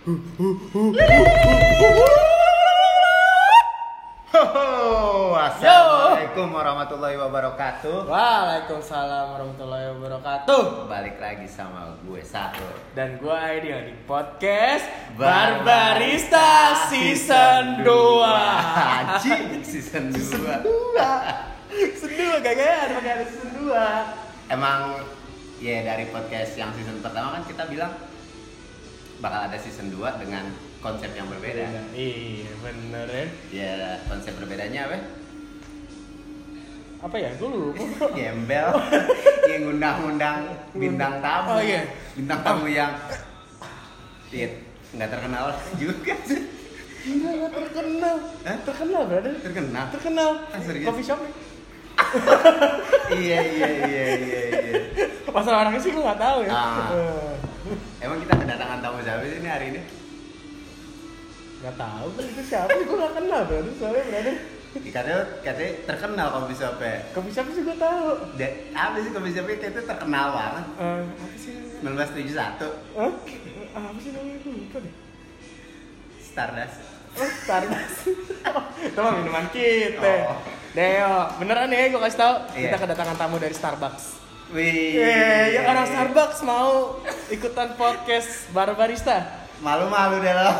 Assalamualaikum warahmatullahi wabarakatuh. Waalaikumsalam warahmatullahi wabarakatuh. Balik lagi sama gue Sahrul Dan gue Aidil di podcast Barbarista Season 2. Anjing, Season 2. Season 2 gak ada Season 2. Emang ya dari podcast yang season pertama kan kita bilang bakal ada season 2 dengan konsep yang berbeda. Iya bener ya. Ya konsep berbedanya apa? Apa ya? Gue lupa. Gembel. Yang ngundang-ngundang bintang tamu. Oh iya. Bintang tamu yang nggak terkenal juga sih. Nggak terkenal. Terkenal brother. Terkenal. Serius? Coffee shop nih. Iya. Masalah orangnya sih gue nggak tahu ya. Emang kita kedatangan tamu siapa sih ini hari ini? Nggak tahu kan itu siapa? Gue nggak kenal brother soalnya brother. Katanya terkenal kopi shopnya. Coffee shop sih gue tahu. Apa sih kopi shopnya kayaknya terkenal banget. Apa sih? 1971. Apa sih namanya? Gue lupa deh. Stardust. Stardust. Itu mah minuman kita. Oh. Deo, beneran nih gue kasih tau. Iya. Kita kedatangan tamu dari Starbucks. Wih. Ya orang Starbucks mau ikutan podcast Barbarista. Malu-malu deh lo.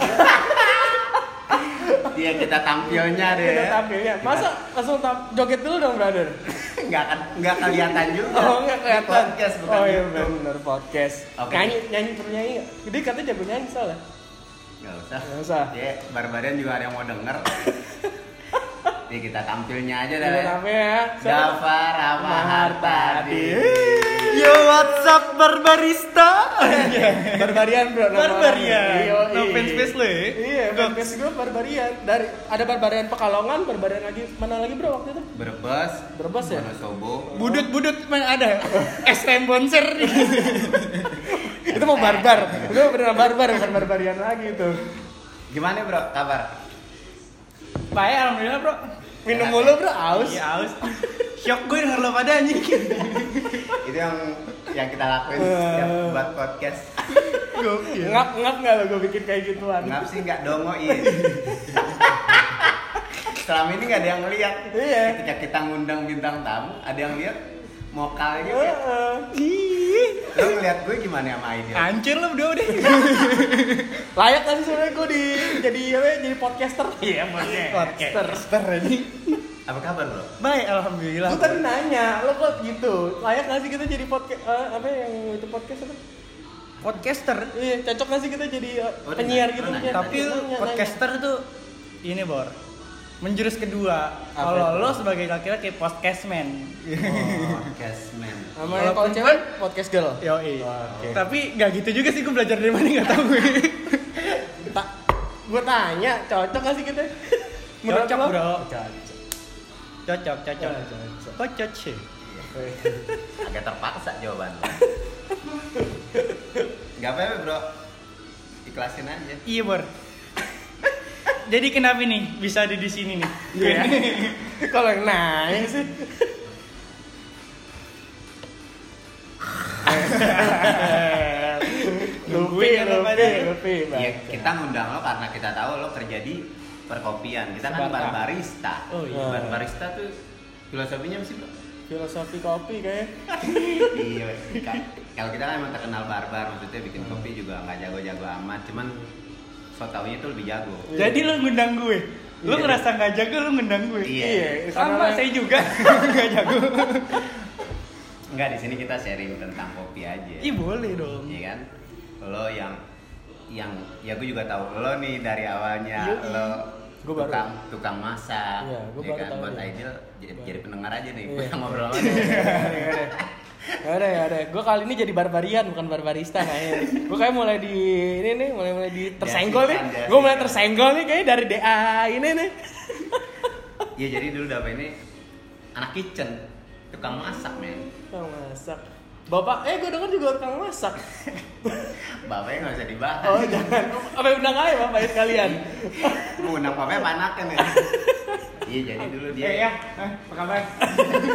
Dia kita tampilnya deh. Kita tampilnya. Masa langsung joget dulu dong, brother? Enggak kelihatan juga. Oh, enggak kelihatan. Podcast bukan oh iya YouTube. bener podcast. Oke. Nyanyi perlu nyanyi enggak? Jadi katanya jago nyanyi soalnya. Nggak usah. Ya, barbarian juga ada yang mau denger. Jadi kita tampilnya aja dah. Kita tampilnya. Dava Ramahartadi. Yo, what's up Barbarista? Barbarian bro. Barbarian. No Fans space lo ya? Iya, fans gue Barbarian. Ada Barbarian Pekalongan, Barbarian lagi mana lagi bro waktu itu? Brebes ya? Wonosobo. Budut ada. STM Bonser. Itu mau barbar. Itu beneran barbar, bukan Barbarian lagi itu. Gimana bro kabar? Baik, alhamdulillah bro. Minum mulu bro, aus. Iya aus. Shock gue denger lo pada anjing. Itu yang kita lakuin setiap buat podcast. Gokil. Ngap nggak lo gue bikin kayak gituan? Ngap sih nggak dongoin. Selama ini nggak ada yang ngeliat. Iya. Ketika kita ngundang bintang tamu, ada yang lihat mokal gitu ya. Lo ngeliat gue gimana sama Aidil? Hancur lo berdua deh. Layak kan sih sebenarnya gue jadi podcaster. Iya, podcaster ini. Apa kabar bro? Baik, alhamdulillah. Gue tadi nanya, lo kok gitu? Layak nggak sih kita jadi podcast? Apa yang itu podcast apa? Podcaster. Iya, cocok nggak sih kita jadi Oh, penyiar gitu? nanya. Tapi Nanya. podcaster tuh ini Bor. Menjurus kedua. Apa Kalau itu? lo sebagai laki-laki podcastman. Podcast man. Sama Kalau yang kalau cewek podcast girl. Yoi. Oke. Tapi nggak gitu juga sih, gue belajar dari mana nggak tahu gue. Gue tanya, cocok nggak sih kita? Menurut Cocok, lo? bro. Cocok. Cocok. Cocok. Kok cocok sih? Agak terpaksa jawaban lo. Gak apa-apa bro. Ikhlasin aja. Iya Bor. Jadi kenapa nih bisa ada di sini nih? Iya. Kalau yang nanya sih. Lupi. Iya, kita ngundang lo karena kita tahu lo kerja di perkopian. Kita kan Sebarta. barbarista. Oh iya. Barbarista tuh filosofinya apa sih bro? Filosofi kopi kayak. Iya. Kalau kita kan emang terkenal barbar, maksudnya bikin kopi juga nggak jago-jago amat. Cuman so taunya tuh lebih jago. Jadi lo ngundang gue. Lo Iya. ngerasa nggak jago, lo ngundang gue. Iya. Sama saya juga nggak jago. Enggak, di sini kita sharing tentang kopi aja. Iya boleh dong. Iya kan? Lo yang ya gue juga tahu lo nih dari awalnya. Yoi. Lo Gue baru. tukang masak. Iya, gue ya baru kan tahu buat ya. Aidil jadi pendengar aja nih. Iya. Gue ngobrol sama dia. Ya udah. Gue kali ini jadi barbarian bukan barbarista kayaknya. Gue kayak mulai di tersenggol nih. Diasingkan. Gue mulai tersenggol nih kayaknya dari DA ini nih. Iya, jadi dulu Dava ini anak kitchen, tukang masak men. Tukang masak. Bapak, gue denger juga tukang masak. Bapaknya nggak bisa dibahas. Oh jangan, apa undang aja bapaknya sekalian. Mau undang bapaknya panakan ya. Iya, jadi dulu dia. Ya, apa kabar?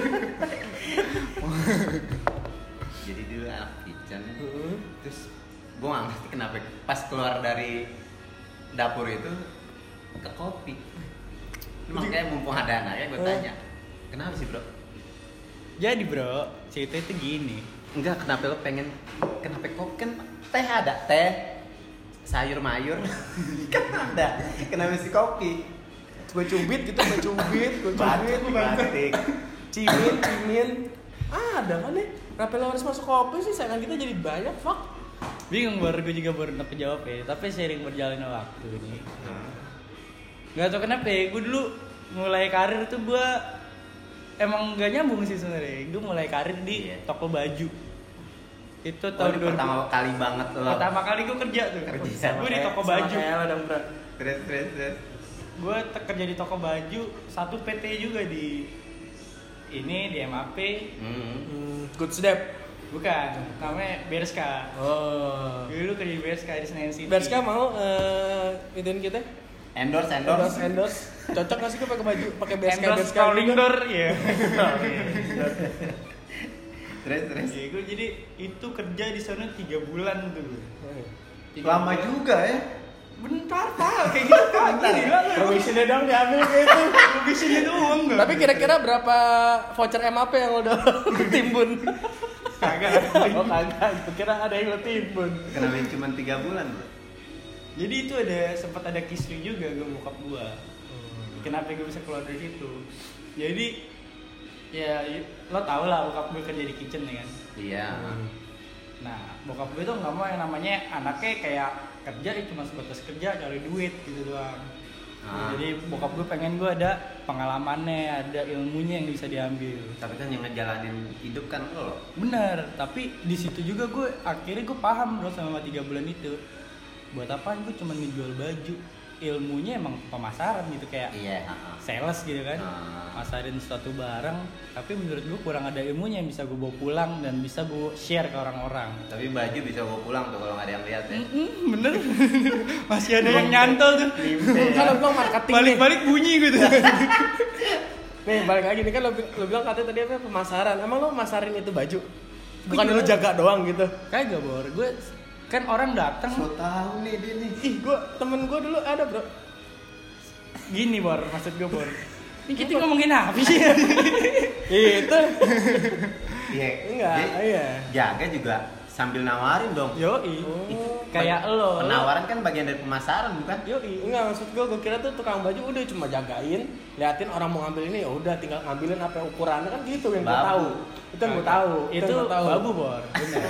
Jadi dulu anak kitchen, terus gue nggak ngerti kenapa pas keluar dari dapur itu ke kopi. Makanya mumpung ada anaknya gue tanya, kenapa sih bro? Jadi bro, cerita itu gini. Enggak, kenapa lo pengen, kenapa kopi kan teh ada, teh sayur mayur kan ada, kenapa sih kopi? Gue cubit gitu, gue cubit. Batik. Cimin. Ada kan nih? Kenapa lo harus masuk kopi sih? Sayangan kita jadi banyak, fuck. Bingung baru gue juga baru dapat jawab ya. Tapi seiring berjalannya waktu nih. Gak tau kenapa ya, gue dulu mulai karir tuh gue emang gak nyambung sih sebenarnya. Gue mulai karir di toko baju. Itu tahun 2000. Pertama kali banget lo. Pertama kali gue kerja tuh. Gue di toko baju. Terus. Gue kerja di toko baju, satu PT juga di MAP. Good step. Bukan, namanya Berska. Oh. Dulu kerja di Berska di Senayan City. Berska mau ituin kita? Endorse. Cocok nggak sih gue pakai baju pakai Berska Endorse rolling door ya. Terus. Ya, gue jadi itu kerja di sana 3 bulan tuh. Lama juga ya. Bentar pak, kayak gitu pak. Gila lu. Provisionnya dong diambil kayak itu. Provisionnya doang nggak? Tapi kira-kira berapa voucher MAP yang udah timbun? Kagak. Oh kagak, kira ada yang lo timbun. Kenapa cuma 3 bulan bro? Jadi itu sempat ada kisru juga gue bokap gue. Kenapa gue bisa keluar dari situ? Jadi ya lo tau lah bokap gue kerja di kitchen ya kan. Iya. Nah bokap gue tuh nggak mau yang namanya anaknya kayak kerja cuma sebatas kerja cari duit gitu doang. Jadi bokap gue pengen gue ada pengalamannya, ada ilmunya yang bisa diambil. Tapi kan yang ngejalanin hidup kan lo. Bener, tapi di situ juga gue akhirnya gue paham bro selama 3 bulan itu. Buat apaan gue cuma ngejual baju, ilmunya emang pemasaran gitu kayak sales gitu kan, masarin suatu barang. Tapi menurut gue kurang ada ilmunya yang bisa gue bawa pulang dan bisa gue share ke orang-orang. Tapi baju bisa gue pulang tuh kalau nggak ada yang lihat ya. Bener, masih ada yang nyantol tuh. Kalau gue marketing balik-balik bunyi gitu. Nih balik lagi nih kan lo bilang katanya tadi apa pemasaran. Emang lo masarin itu baju? Bukan lo jaga doang gitu? Kagak bor, gue kan orang datang. So tahu nih dia nih. Temen gue dulu ada bro. Gini bor, maksud gue bor. Ini kita ngomongin apa sih? Itu. Iya. Enggak. Iya. Jaga juga sambil nawarin dong. Yoi. Kayak lo. Penawaran kan bagian dari pemasaran bukan? Yoi. Enggak maksud gue kira tuh tukang baju udah cuma jagain, liatin orang mau ngambil ini ya udah tinggal ngambilin apa ukurannya kan gitu yang gue tahu. Itu yang gue tahu. Itu babu bor. Benar.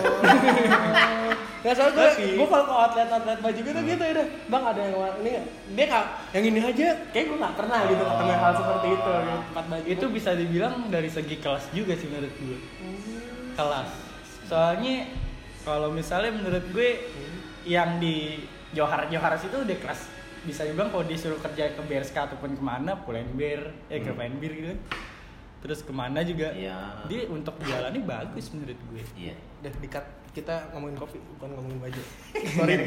Nggak soalnya gue kalau ke outlet baju gitu gitu ya udah bang ada yang ini nggak dia nggak yang ini aja kayak gue nggak pernah gitu ketemu hal seperti itu gitu, tempat baju itu bisa dibilang dari segi kelas juga sih menurut gue kelas soalnya kalau misalnya menurut gue yang di Johar situ udah kelas bisa dibilang kalau disuruh kerja ke Berska ataupun kemana Pull&Bear ke Pull&Bear gitu kan terus kemana juga dia untuk jalannya bagus menurut gue. Iya. Udah dikat kita ngomongin kopi bukan ngomongin baju. Sorry.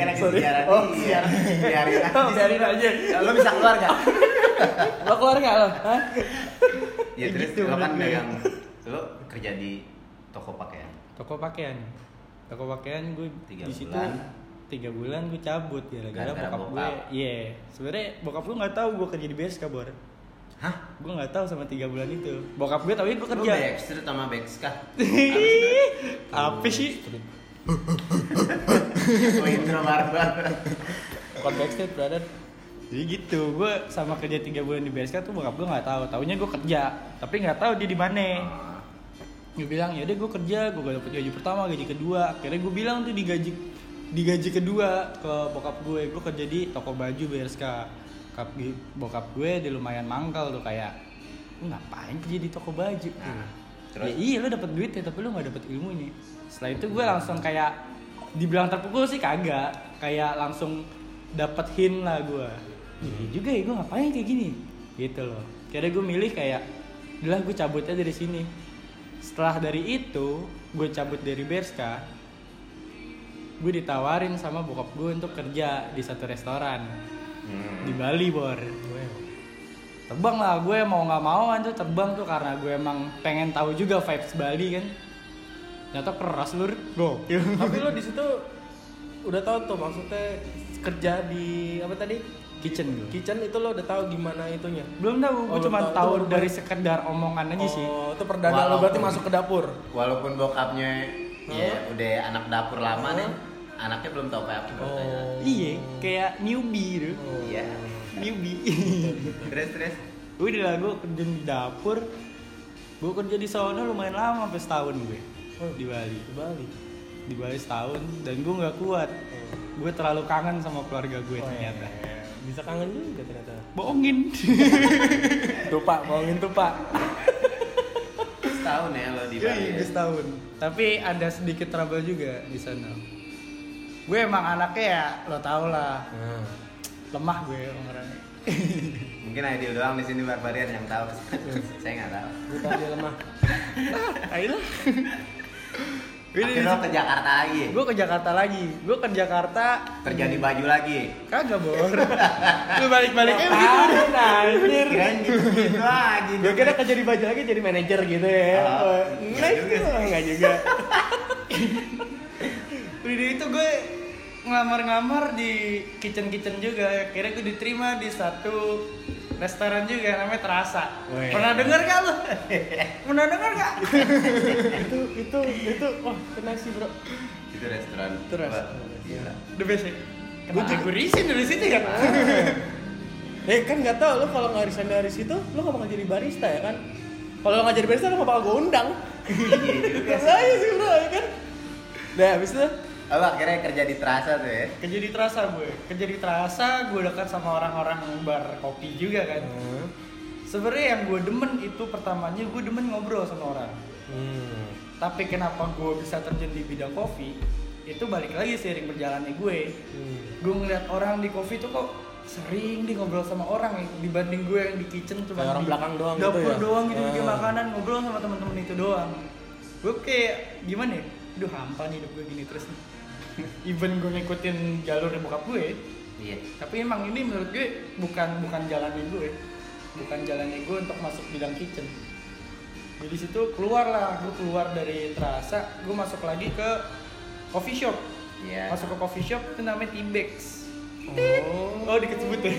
Biarin aja. Lo bisa keluar nggak? Lo keluar nggak lo? Ya terus gitu, lo kan menurut gue. yang lo kerja di toko pakaian. Toko pakaian gue 3 di situ bulan. 3 bulan gue cabut gara-gara Gara-gara bokap gue. bokap. Iya, sebenarnya bokap gue nggak tahu gue kerja di Berska bor. Hah? Gue nggak tahu sama 3 bulan itu. Bokap gue tapi gue Lo kerja. Backstreet sama Berska? Apa sih? Intro barbar. Bukan backstage brother. Jadi gitu, gue sama kerja 3 bulan di Berska tuh bokap gue nggak tahu. Taunya gue kerja, tapi nggak tahu dia di mana. Gue bilang ya udah gue kerja, gue gak dapet gaji pertama, gaji kedua. Akhirnya gue bilang tuh di gaji kedua ke bokap gue kerja di toko baju Berska. Bokap gue dia lumayan mangkal tuh kayak lu ngapain kerja di toko baju? Terus? Ya iya lu dapet duit ya tapi lu nggak dapet ilmunya. Setelah itu gue langsung kayak dibilang terpukul sih kagak, kayak langsung dapet hint lah gue. Iya juga ya gue ngapain kayak gini gitu loh. Akhirnya gue milih kayak udah gue cabut aja dari sini. Setelah dari itu gue cabut dari Berska, gue ditawarin sama bokap gue untuk kerja di satu restoran di Bali bor. Terbang lah gue mau nggak mau kan tuh terbang tuh karena gue emang pengen tahu juga vibes Bali kan. Ternyata keras lur, gokil. Tapi lo di situ udah tahu tuh maksudnya kerja di apa tadi? Kitchen gue. Kitchen itu lo udah tahu gimana itunya? Belum tahu, gue Oh, cuma belum tahu. tahu Itu baru dari baru- sekedar omongan aja sih. Oh, itu perdana lo berarti masuk ke dapur. Walaupun bokapnya ya udah anak dapur lama nih, anaknya belum tahu apa apa. Iya, kayak newbie gitu. Iya. Newbie. Terus. Udah lah, gue kerja di dapur. Gue kerja di sono lumayan lama, sampai setahun gue. Di Bali. Di Bali. Di Bali setahun, dan gue nggak kuat. Gue terlalu kangen sama keluarga gue ternyata. Bisa kangen juga ternyata. Bohongin. Tuh Pak, bohongin tuh Pak. Setahun ya lo di Bali. Iya, setahun. Tapi ada sedikit trouble juga di sana. Gue emang anaknya ya, lo tau lah. Lemah gue orangnya. Mungkin Aidil doang di sini barbarian yang tahu. Saya nggak tahu. Gue tau dia lemah. Ayo. Akhirnya lo ke Jakarta lagi. Gue ke Jakarta lagi. Gue ke Jakarta Kerja di baju lagi. kagak bor. Lu balik-baliknya begitu. Anjir. Kirain gitu lagi. Gue kira kerja di baju lagi jadi manajer gitu ya. Oh, Enggak juga juga. sih. Enggak juga. Udah itu gue ngelamar-ngelamar di kitchen juga. Akhirnya gue diterima di satu restoran juga namanya Terasa. Weh. Pernah denger gak lu? Pernah denger gak? itu wah kena sih bro. Itu restoran. Terus. Wah, gila. The best ya? Kenapa gue risin dari situ ya? Kan nggak tahu lo kalau nggak resign dari situ lo nggak bakal jadi barista ya kan? Kalau lo nggak jadi barista lo nggak bakal gue undang. Iya juga sih. Aja sih bro ya kan? Nah habis itu Oh, akhirnya kerja di Terasa tuh ya. Kerja di Terasa gue. Kerja di Terasa, gue dekat sama orang-orang bar kopi juga kan. Sebenarnya yang gue demen itu pertamanya gue demen ngobrol sama orang. Tapi kenapa gue bisa terjun di bidang kopi? Itu balik lagi seiring berjalannya gue. Gue ngeliat orang di kopi tuh kok sering di ngobrol sama orang ya, dibanding gue yang di kitchen cuma Kayak orang di belakang doang gitu dapur ya? doang gitu bikin Ah. makanan, ngobrol sama teman-teman itu doang. Gue kayak gimana ya? Duh hampa nih hidup gue gini terus nih. Even gue ngikutin jalur bokap gue, Iya. tapi emang ini menurut gue bukan jalannya gue. Bukan jalannya gue untuk masuk bidang kitchen. Jadi situ keluar dari Terasa, gue masuk lagi ke coffee shop. Iya. Masuk ke coffee shop itu namanya Tibex. oh Dikesebut ya.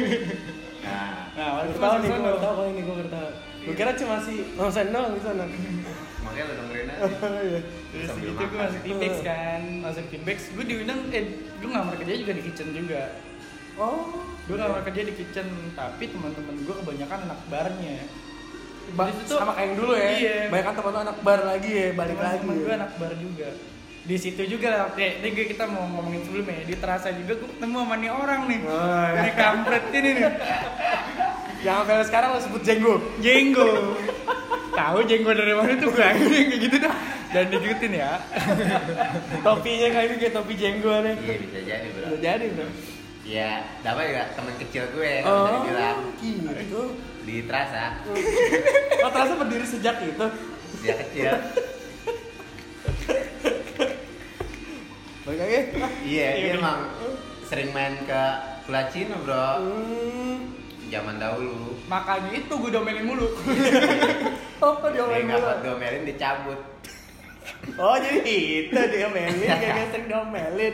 Nah, Waktu gue itu tahu masuk nih sono. gue tahu kalau ini gue tahu. Gue kira cuma si Nosen doang di sana. makanya lo dengerin aja. Terus Sambil gitu gue makan. masuk Tibex kan, masuk Tibex, gue diundang, gue ngelamar kerja juga di kitchen juga. Gue ngelamar kerja di kitchen, tapi teman-teman gue kebanyakan anak barnya. Di situ Sama kayak yang dulu ya. Iya. Banyak kan teman-teman anak bar lagi ya, balik lagi. Teman gue anak bar juga. Di situ juga lah, ini kita mau ngomongin sebelumnya. Di Terasa juga gue ketemu sama nih orang nih. Ini kampret ini nih. Yang sampai sekarang lo sebut Jenggo. Jenggo. Tahu Jenggo dari mana tuh gue kayak gitu dah. Jangan diikutin ya. Topinya kayak ini kayak topi Jenggo nih. Iya bisa jadi bro. Udah jadi bro. Iya, dapat juga teman kecil gue kalau tadi bilang gitu. di Terasa Oh terasa berdiri sejak itu. dia kecil. Balik lagi. Iya, dia emang sering main ke Kulacino bro. Zaman dahulu. Makanya itu gue domelin mulu. Apa dia Dia main nggak bola? buat diomelin dicabut. Oh jadi itu dia melin, kayak sering diomelin.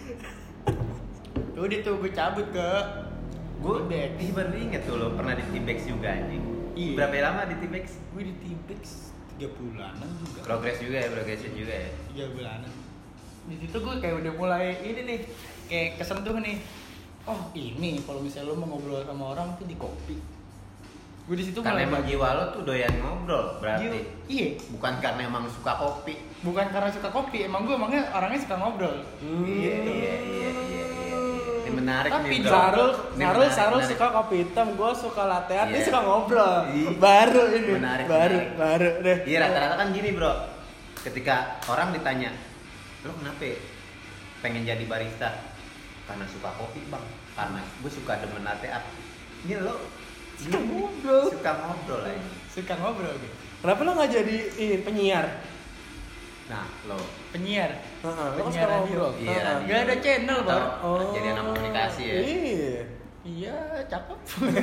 Udah tuh gue cabut ke Gue baru inget tuh lo pernah di Tibex juga anjing. Iya. Berapa lama di Tibex? gue di Tibex 3 bulanan juga. Progresnya juga ya. 3 bulanan. Di situ gue kayak udah mulai ini nih, kayak kesentuh nih. Oh ini kalau misalnya lo mau ngobrol sama orang tuh di kopi. Gue di situ Karena mulai emang jiwa lo tuh doyan ngobrol berarti. Iya. Bukan karena emang suka kopi. Bukan karena suka kopi, emang gue emangnya orangnya suka ngobrol. Iya. Ini menarik Tapi nih bro. Sarul Ini menarik. suka kopi hitam, gue suka latte art, dia Iya. suka ngobrol. Iya. Baru ini. Menarik. Baru deh. Iya rata-rata kan gini bro. Ketika orang ditanya, lo kenapa pengen jadi barista? Karena suka kopi bang. Karena gue suka demen latte art. Ini lo Suka ngobrol. Suka ngobrol aja. Suka ngobrol gitu. Kenapa lo nggak jadi penyiar? Nah lo Lo Penyiar. kan Penyiar suka radio. ngobrol. Iya, radio. Gak ada channel, Atau Bang. jadi anak komunikasi ya. Iya. Iya, cakep.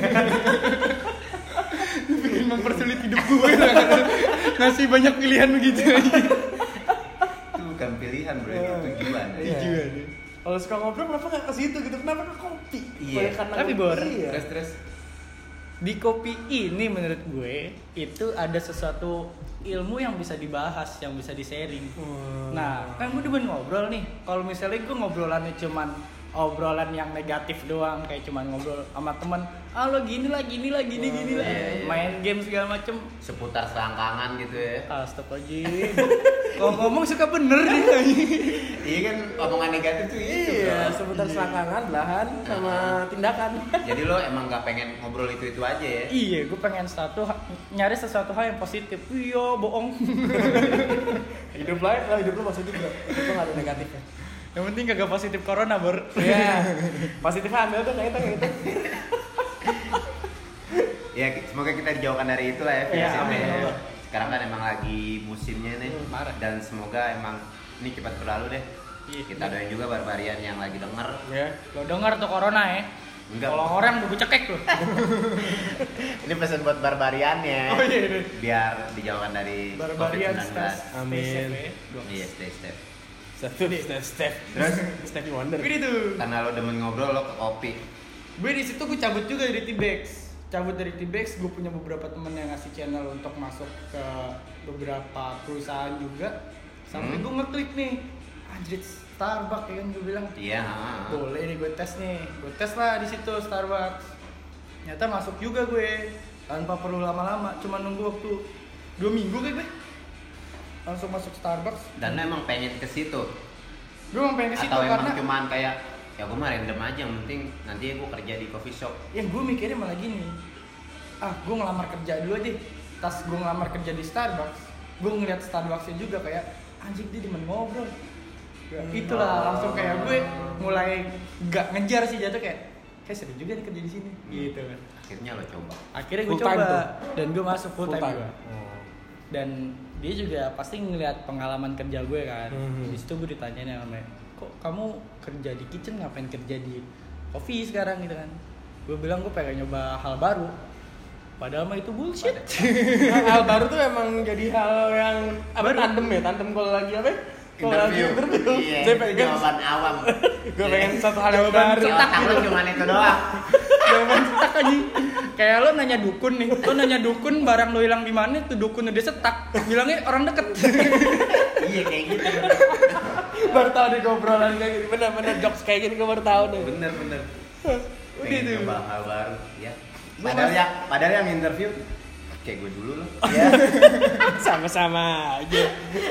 Bikin mempersulit hidup gue. Ngasih banyak pilihan begitu aja. Itu bukan pilihan bro, itu tujuan. Iya. Tujuan. Kalau suka ngobrol kenapa nggak ke situ gitu? Kenapa ke kopi? Iya. Karena Tapi, Bor, iya. Terus Di kopi ini menurut gue itu ada sesuatu ilmu yang bisa dibahas, yang bisa di-sharing. Nah, kan gue demen ngobrol nih. Kalau misalnya gue ngobrolannya cuman obrolan yang negatif doang, kayak cuman ngobrol sama teman, lo gini lah, gini lah, gini lah, main game segala macem. seputar selangkangan gitu ya. Astagfirullahaladzim. Kalau ngomong suka bener nih. Iya kan omongan negatif tuh itu. Iya, Bro. seputar selangkangan, belahan, sama tindakan. Jadi lo emang nggak pengen ngobrol itu aja ya? Iya, gue pengen nyari sesuatu hal yang positif. Iya, bohong. Hidup lo positif bro. Hidup lo nggak ada negatifnya. Yang penting kagak positif corona, Bor. Iya, positif hamil tuh kayak itu. Ya semoga kita dijauhkan dari itulah ya. Iya, virus amin, ini ya. Allah. Sekarang kan emang lagi musimnya nih. Parah. Dan semoga emang ini cepat berlalu deh. Iya. Kita doain juga barbarian yang lagi denger. Ya. Lo denger tuh corona ya? Enggak. Kalau orang gue cekek lo. Ini pesan buat barbariannya. Oh iya, iya. Biar dijauhkan dari Barbarian COVID-19. Amin. Iya, stay. Step. Terus Stevie Wonder. Gini tuh. karena lo demen ngobrol lo ke kopi. Gue di situ gue cabut juga dari T-Bags. Gue punya beberapa temen yang ngasih channel untuk masuk ke beberapa perusahaan juga. Sampai gue ngeklik nih, anjir Starbucks ya kan gue bilang. Iya. Boleh nih gue tes nih. Gue tes lah di situ Starbucks. Ternyata masuk juga gue tanpa perlu lama-lama. Cuma nunggu waktu 2 minggu kayak gue. Langsung masuk Starbucks. Dan lo emang pengen ke situ? Gue emang pengen ke situ Atau emang karena cuman kayak ya gue mah random aja, yang penting nanti gue kerja di coffee shop. yang gue mikirnya malah gini, gue ngelamar kerja dulu aja. Tas gue ngelamar kerja di Starbucks, gue ngeliat Starbucksnya juga kayak anjing dia demen ngobrol. Itulah langsung kayak gue mulai gak ngejar sih, jatuh kayak seru juga nih kerja di sini. Gitu kan. Akhirnya lo coba. Akhirnya gue Full time coba tuh? dan gue masuk full time. Gue. Oh. Dan dia juga pasti ngeliat pengalaman kerja gue kan. Mhm. Di situ gue ditanyain namanya, kok kamu kerja di kitchen, ngapain kerja di coffee sekarang gitu kan? Gue bilang gue pengen nyoba hal baru. Padahal mah itu bullshit. Hal baru tuh emang jadi hal yang apa Baru. tandem kalau lagi apa? Kalau lagi interview. Iya, Saya itu pengen jawaban awam. gue pengen satu hal yang baru. Otak lo cuma itu doang. Jawaban setak aja. Kayak lo nanya dukun nih, lo nanya dukun barang lo hilang di mana, tuh dukun udah setak. Bilangnya orang deket. Iya kayak gitu. Baru tahu deh obrolan kayak gini. Bener-bener jokes kayak gini gue baru tahu deh. Bener. Udah Pengen tuh. coba hal baru. Ya. Gua Padahal yang interview kayak gue dulu loh. Iya. Sama-sama aja.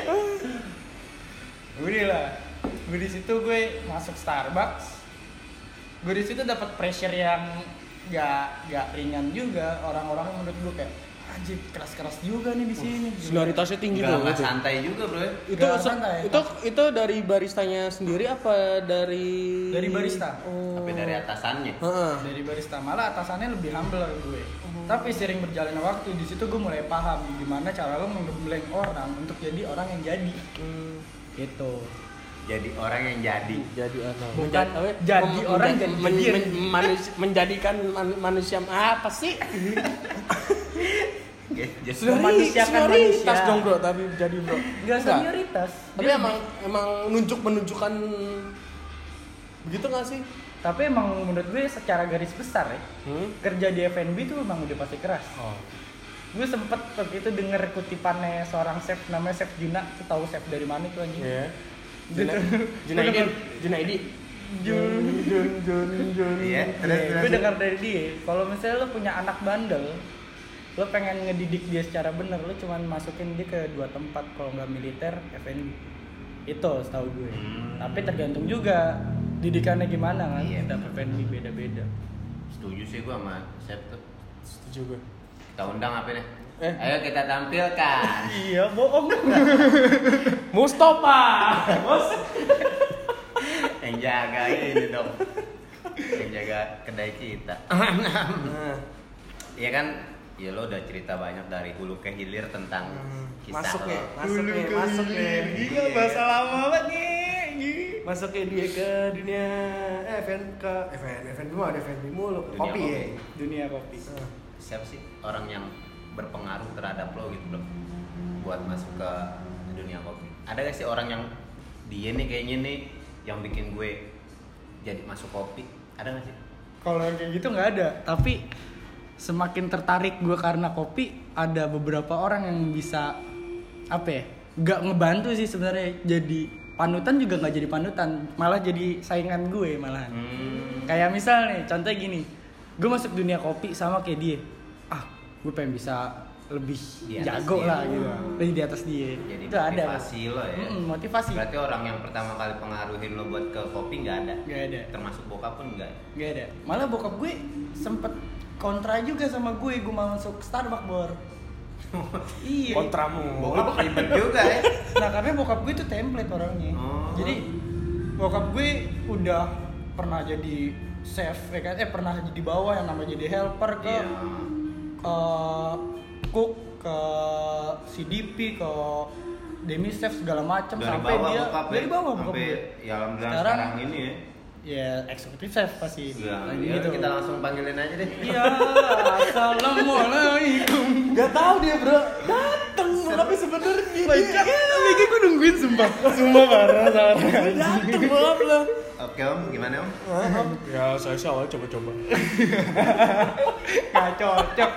Udah lah. Gue di situ gue masuk Starbucks. Gue di situ dapat pressure yang gak ringan juga. Orang-orang menurut gue kayak anjir keras-keras juga nih di sini. Senioritasnya tinggi Enggak tuh. nggak santai juga bro. Itu Nggak santai. itu dari baristanya sendiri apa dari barista. Oh. Tapi dari atasannya. Heeh. Dari barista, malah atasannya lebih humble dari gue. Tapi sering berjalannya waktu di situ gue mulai paham gimana cara lo menggembleng orang untuk jadi orang yang jadi. Gitu. Jadi orang yang jadi. Jadi apa? Bukan jadi orang jadi jadian. Menjadikan manusia apa sih? Oke, jadi Memanusiakan Senioritas manusia. dong bro, tapi jadi bro. Enggak senioritas. Tapi Dia emang menunjukkan begitu nggak sih? Tapi emang menurut gue secara garis besar ya, kerja di F&B tuh emang udah pasti keras. Oh. Gue sempet waktu itu denger kutipannya seorang chef namanya Chef Juna. Tuh tahu chef dari mana tuh anjing? Iya. Gitu. Junaidi. Iya, terus. Gue dengar dari dia, kalau misalnya lo punya anak bandel, lo pengen ngedidik dia secara bener, lo cuman masukin dia ke 2 tempat, kalau nggak militer, F&B. Itu setahu gue. Tapi tergantung juga didikannya gimana kan. Iya, Setiap F&B beda-beda. Setuju sih gua sama chef tuh. Setuju gue. Kita undang apa nih? Eh. Ayo kita tampilkan. Iya, bohong. Mustafa. Bos. Yang jaga ini dong. Yang jaga kedai kita. Iya kan? Ya lo udah cerita banyak dari hulu ke hilir tentang kisah Masuk lo. ya, masuk ya. Gila, bahasa lama banget nih. Masuknya dia ke dunia F&B mah ada F&B mulu. Dunia Kopi ya. Dunia kopi. Siapa sih orang yang berpengaruh terhadap lo gitu bro? Buat masuk ke dunia kopi. Ada gak sih orang yang dia nih kayaknya nih yang bikin gue jadi masuk kopi? Ada nggak sih? Kalau yang kayak gitu nggak ada, tapi semakin tertarik gue karena kopi, ada beberapa orang yang bisa apa ya, nggak ngebantu sih sebenarnya, jadi panutan juga nggak jadi panutan, malah jadi saingan gue malahan. Kayak misal nih, contohnya gini, gue masuk dunia kopi sama kayak dia, gue pengen bisa lebih jago lah gitu, lebih di atas dia. Jadi itu ada motivasi lo ya. Motivasi. Berarti orang yang pertama kali pengaruhin lo buat ke kopi nggak ada? Nggak ada. Termasuk bokap pun nggak? Nggak ada. Malah bokap gue sempet kontra juga sama gue mau masuk Starbucks, Bor. Iya. Kontramu. Bokap ribet juga ya. Nah karena bokap gue itu template orangnya. Jadi bokap gue udah pernah jadi chef, pernah jadi bawah yang namanya jadi helper ke cook, ke CDP, ke demi chef segala macam sampai dia dari bawah bokap gue. Ya alhamdulillah sekarang ini ya. Ya eksekutif chef pasti. Ya, gitu. Kita langsung panggilin aja deh. Iya, assalamualaikum. Gak tahu dia bro, dateng tapi sebenarnya. Lagi gue nungguin sumpah parah sama. dateng bokap lo. Oke om, gimana om? Ya saya sih awal coba-coba. Gak cocok.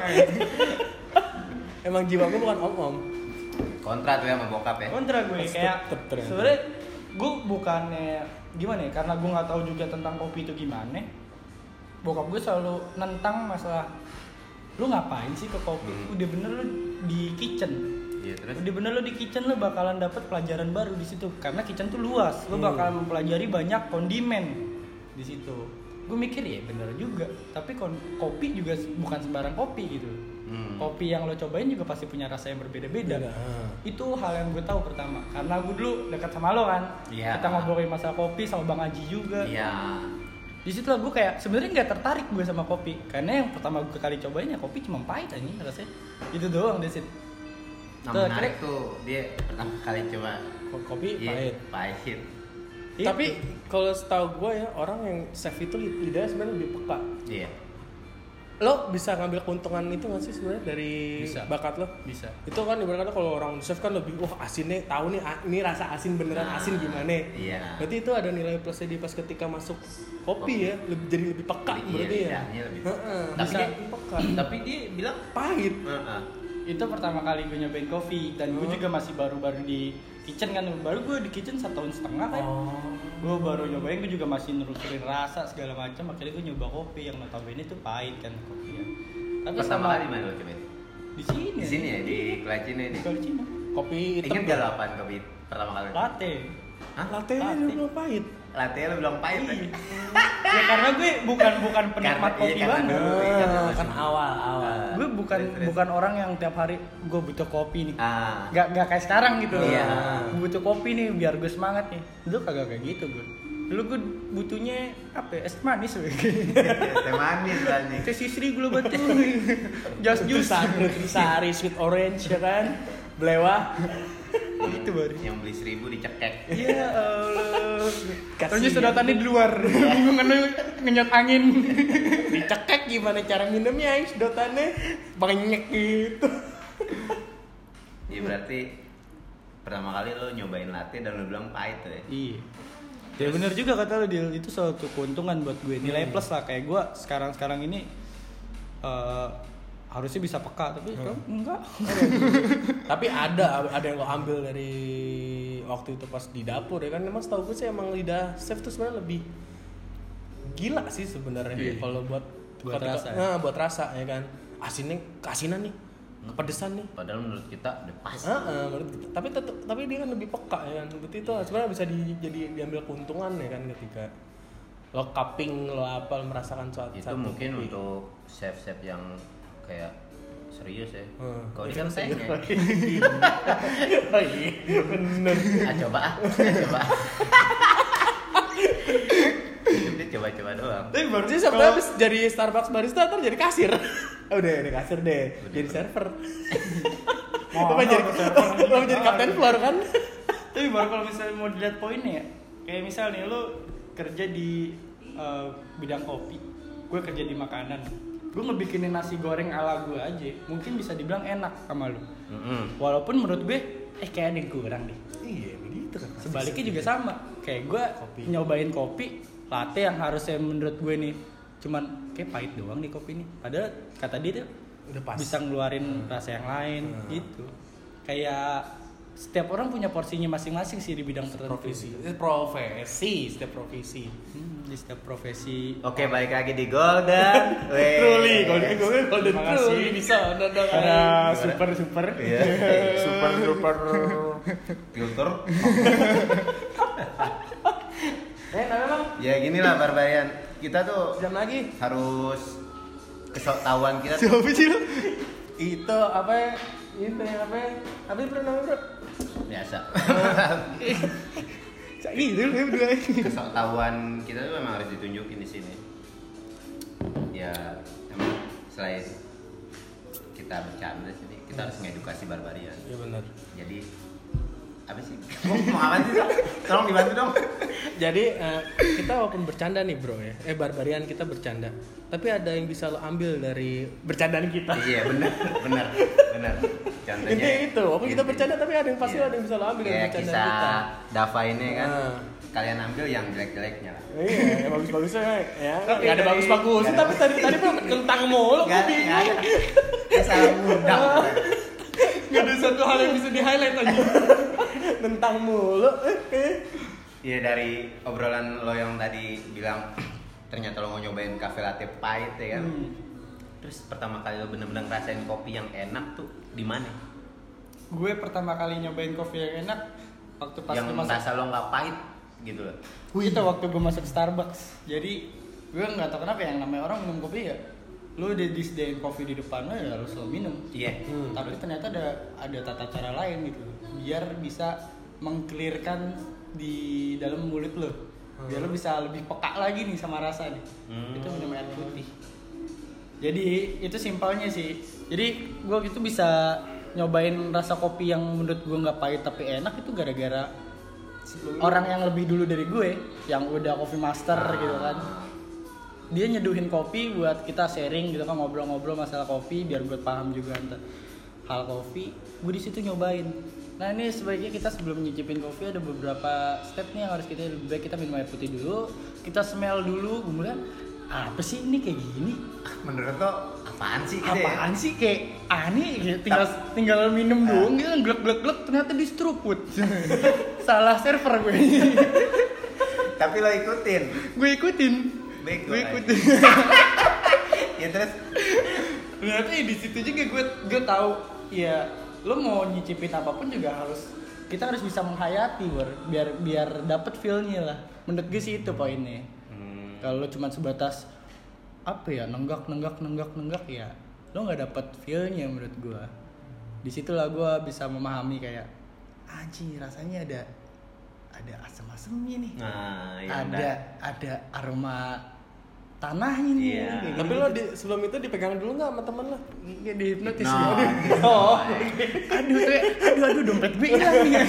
Emang jiwa gue bukan om. Kontra tuh ya sama bokap ya? Kontra gue kayak Tetep. sebenarnya gue bukannya gimana ya, karena gue nggak tahu juga tentang kopi itu gimana. Bokap gue selalu nentang masalah lu ngapain sih ke kopi? Udah bener lu di kitchen. Iya terus? Udah bener lu di kitchen, lu bakalan dapet pelajaran baru di situ karena kitchen tuh luas. Lu bakalan mempelajari banyak kondimen di situ. Gue mikir ya bener juga. Tapi kopi juga bukan sembarang kopi gitu. Kopi yang lo cobain juga pasti punya rasa yang berbeda-beda. Itu hal yang gue tahu pertama. Karena gue dulu dekat sama lo kan. Iya. Kita ngobrolin masalah kopi sama Bang Aji juga. Iya. Di situ lah gue kayak sebenarnya nggak tertarik gue sama kopi. Karena yang pertama gue kali cobain ya kopi cuma pahit aja rasanya. Itu doang deh sih. Nah menarik tuh dia pertama kali coba Kopi pahit. Tapi kalau setahu gue ya, orang yang chef itu lidahnya sebenarnya lebih peka. Iya. Lo bisa ngambil keuntungan itu nggak sih sebenarnya dari bakat lo? Bisa. Itu kan ibaratnya kalau orang chef kan lebih asinnya tahu nih ini rasa asin beneran asin gimana. Iya. Berarti itu ada nilai plusnya di pas ketika masuk kopi ya, jadi lebih peka berarti ya. Lebih. Bisa lebih peka. Tapi dia bilang Pahit. Itu pertama kali gue nyobain kopi dan gue juga masih baru-baru di kitchen kan, baru gue di kitchen 1,5 tahun kan. Gue baru nyobain, gue juga masih nerusin rasa segala macam. Akhirnya gue nyoba kopi yang notabene itu pahit kan kopi ya. Tapi pertama kali mana lo cobain? Di sini. Di sini ya, di Kelacine ini. Di Kelacine. Kopi hitam. Ingat gak lo apaan kopi pertama kali? Latte. Hah? Latte nya belum pahit. Latte lo bilang pahit ya? Ya karena gue bukan penikmat kopi banget. Kan awal. Gue bukan orang yang tiap hari gue butuh kopi nih. Ah. Gak kayak sekarang gitu. Iya. Gue butuh kopi nih biar gue semangat nih. Dulu kagak kayak gitu gue. Dulu gue butuhnya apa ya? Es manis. Teh manis anjing. Teh sisri gue butuh. Jus. Sari sweet orange ya kan. Belewah. Itu baru. Yang beli 1.000 dicekek. Ya Allah. Katanya sedotannya di luar. Bingung kan ngenyot angin. Dicekek gimana cara minumnya sedotannya banyak gitu. Iya berarti pertama kali lo nyobain latte dan lo bilang pahit tuh ya? Iya. Ya benar juga kata lo, Dil. Itu suatu keuntungan buat gue. Nilai plus lah kayak gue sekarang ini harusnya bisa peka tapi enggak. Tapi ada yang lo ambil dari waktu itu pas di dapur ya kan. Memang setahu gue sih emang lidah chef tuh sebenarnya lebih gila sih sebenarnya kalau buat rasa. Nah, buat rasa ya kan. Asinan nih. Kepedesan nih. Padahal menurut kita udah pas. Menurut kita. Tapi dia kan lebih peka ya kan. Berarti itu sebenarnya bisa diambil keuntungan ya kan ketika lo cupping, lo apa, lo merasakan suatu itu mungkin kopi. Untuk chef-chef yang kayak serius ya. Kalau dia kan sayangnya. Bener. Coba. Dia coba doang. Tapi baru sih sampai habis jadi Starbucks barista atau jadi kasir. Udah ini kasir deh. Jadi server. Mau jadi kapten floor kan? Tapi baru kalau misalnya mau dilihat poinnya ya, kayak misalnya lo kerja di bidang kopi, gue kerja di makanan, gue ngebikinin nasi goreng ala gue aja, mungkin bisa dibilang enak sama lo. Walaupun menurut gue, kayak ada yang kurang deh. Iya begitu kan. Sebaliknya juga sama, kayak gue nyobain kopi, latte yang harusnya menurut gue nih cuman kayak pahit doang nih kopi nih. Padahal kata dia tuh Udah pas. bisa ngeluarin rasa yang lain gitu. Kayak setiap orang punya porsinya masing-masing sih di bidang tertentu. Setiap profesi. Di setiap profesi. Oke, balik lagi di Golden. Weh. Truly, golden Terima kasih. truly bisa nendang. Karena super. Iya. Super Filter. Namanya bang? Ya gini lah Barbarian. Kita tuh Jam lagi. harus kesok tahuan kita tuh. Siapa sih lu? Itu apa ya? Itu yang apa ya? Apa itu namanya bro? Biasa. Gitu lu ya berdua. Kesok tahuan kita tuh memang harus ditunjukin di sini. Ya, emang selain kita bercanda sini, kita harus ngedukasi Barbarian. Iya benar. Jadi apa sih? Mau apa sih? Tolong dibantu dong. Jadi kita walaupun bercanda nih bro ya, Barbarian kita bercanda, tapi ada yang bisa lo ambil dari bercandaan kita. Iya benar. Contohnya Intinya itu, walaupun kita inti- bercanda tapi ada yang pasti iya. ada yang bisa lo ambil dari Kayak bercandaan kisah kita. Dava ini kan, Nah. kalian ambil yang jelek-jeleknya lah. Iya, bagus-bagusnya ya. Tapi Nggak ada dari- bagus-bagusnya, nggak tapi tadi bro tentang mulu, gue Nggak bingung. ada. Kayak salah ngundang. Gak ada satu hal yang bisa di highlight aja. Tentang mulu. Iya dari obrolan lo yang tadi bilang ternyata lo mau nyobain cafe latte pahit ya kan. Terus pertama kali lo bener-bener ngerasain kopi yang enak tuh di mana? Gue pertama kali nyobain kopi yang enak waktu pas Yang gue masuk. rasa lo nggak pahit gitu loh. Itu waktu gue masuk Starbucks. Jadi gue nggak tahu kenapa yang namanya orang minum kopi ya. Lu udah disediain kopi di depan lo ya harus lo minum. Iya. Tapi ternyata ada tata cara lain gitu. Biar bisa mengklirkan di dalam mulut lo. Biar lo bisa lebih peka lagi nih sama rasa nih. Itu minum air putih. Jadi itu simpelnya sih. Jadi gue gitu bisa nyobain rasa kopi yang menurut gue nggak pahit tapi enak itu gara-gara orang yang lebih dulu dari gue yang udah coffee master gitu kan. Dia nyeduhin kopi buat kita sharing gitu kan, ngobrol-ngobrol masalah kopi biar gue paham juga hal kopi. Gue di situ nyobain. Nah ini sebaiknya kita sebelum nyicipin kopi ada beberapa step nih yang harus kita lebih baik kita minum air putih dulu, kita smell dulu, kemudian apa sih ini kayak gini? Menurut lo apaan sih? Gitu ya? Apaan sih kayak aneh gitu. Tinggal minum doang gitu glek-glek ternyata di seruput. Salah server gue. Tapi lo ikutin. Gue ikutin. Bego Gue aja. ikutin. Ya terus Ternyata di situ juga gue tahu ya lo mau nyicipin apapun juga kita harus bisa menghayati biar dapet feel-nya lah. Menurut gue sih itu poinnya. Kalau lo cuma sebatas apa ya nenggak ya lo nggak dapet feel-nya menurut gue. Disitulah gue bisa memahami kayak anjing rasanya ada asam-asamnya nih. nah, ya ada aroma tanahnya nih. Iya. Kayak Tapi gitu. lo sebelum itu dipegang dulu nggak sama temen lo? Kayak dihipnotis No. ya. Oh. Aduh dompet gue hilang nih.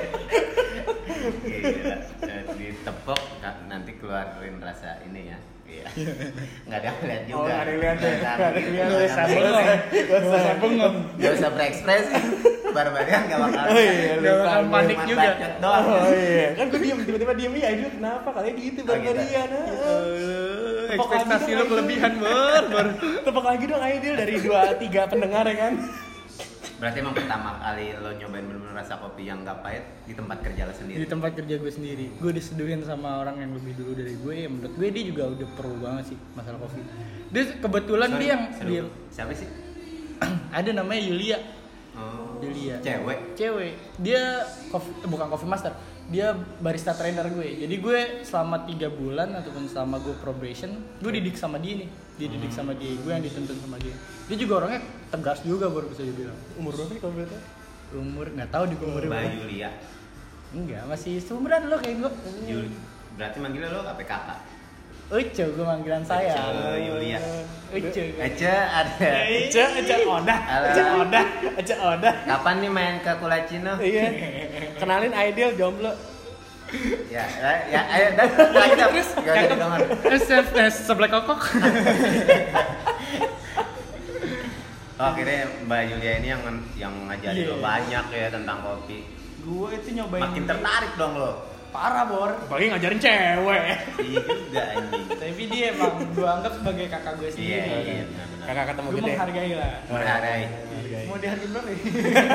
Iya, ditepok nanti keluarin rasa ini ya. Iya. Nggak ada yang lihat juga. Oh, nggak ada yang lihat ya. Nggak Nggak ada yang lihat. nggak Gak usah ada yang bengong. lihat. Gak usah bengong. Nggak usah berekspresi. Barbarian nggak bakal. Oh iya, Gak bakal lupa. panik Cuman juga. bacot doang. Oh iya, kan gue tiba-tiba diem ya, Aidil kenapa? Kalian gitu Barbarian. Ekspektasi lo kelebihan bor. Tepuk lagi dong Aidil dari 2-3 pendengar ya kan. Berarti emang pertama kali lo nyobain bener-bener rasa kopi yang nggak pahit di tempat kerja lo Di sendiri. tempat kerja gue sendiri, gue diseduhin sama orang yang lebih dulu dari gue. Ya menurut gue dia juga udah pro banget sih masalah kopi. Dia kebetulan Sorry, dia yang seru. Siapa sih? ada namanya Yulia. Oh, Yulia. cewek. Dia bukan coffee master, dia barista trainer gue. Jadi gue selama 3 bulan ataupun selama gue probation, gue didik sama dia nih. Dia didik sama dia, gue yang dituntun sama dia. Dia juga orangnya tegas juga baru bisa dibilang. Umur berapa sih kalau boleh tahu? Umur nggak tahu di umur Mbak berapa. Yulia. Enggak, masih seumuran lo kayak gue. Berarti manggilnya lo apa kakak? Uce, gue panggilan saya. Yulia. Uce. Ece ada. Aja Odah. Aja Odah. Kapan nih main ke Kulacino? Iya. Kenalin Aidil jomblo. Ya, ayo dah. Lagi dah. Gak ada dengar. Sebelah kokok. Oh, akhirnya Mbak Yulia ini yang ngajarin Iya. lo banyak ya tentang kopi. Gue itu nyobain. Makin tertarik dong lo. parah Bor. Apalagi ngajarin cewek. Iya juga anjing. Tapi dia emang gue anggap sebagai kakak gue sendiri. Iya, benar-benar. Kakak ketemu Gue gede. menghargai lah. Menghargai. Mau dihargai berapa ya?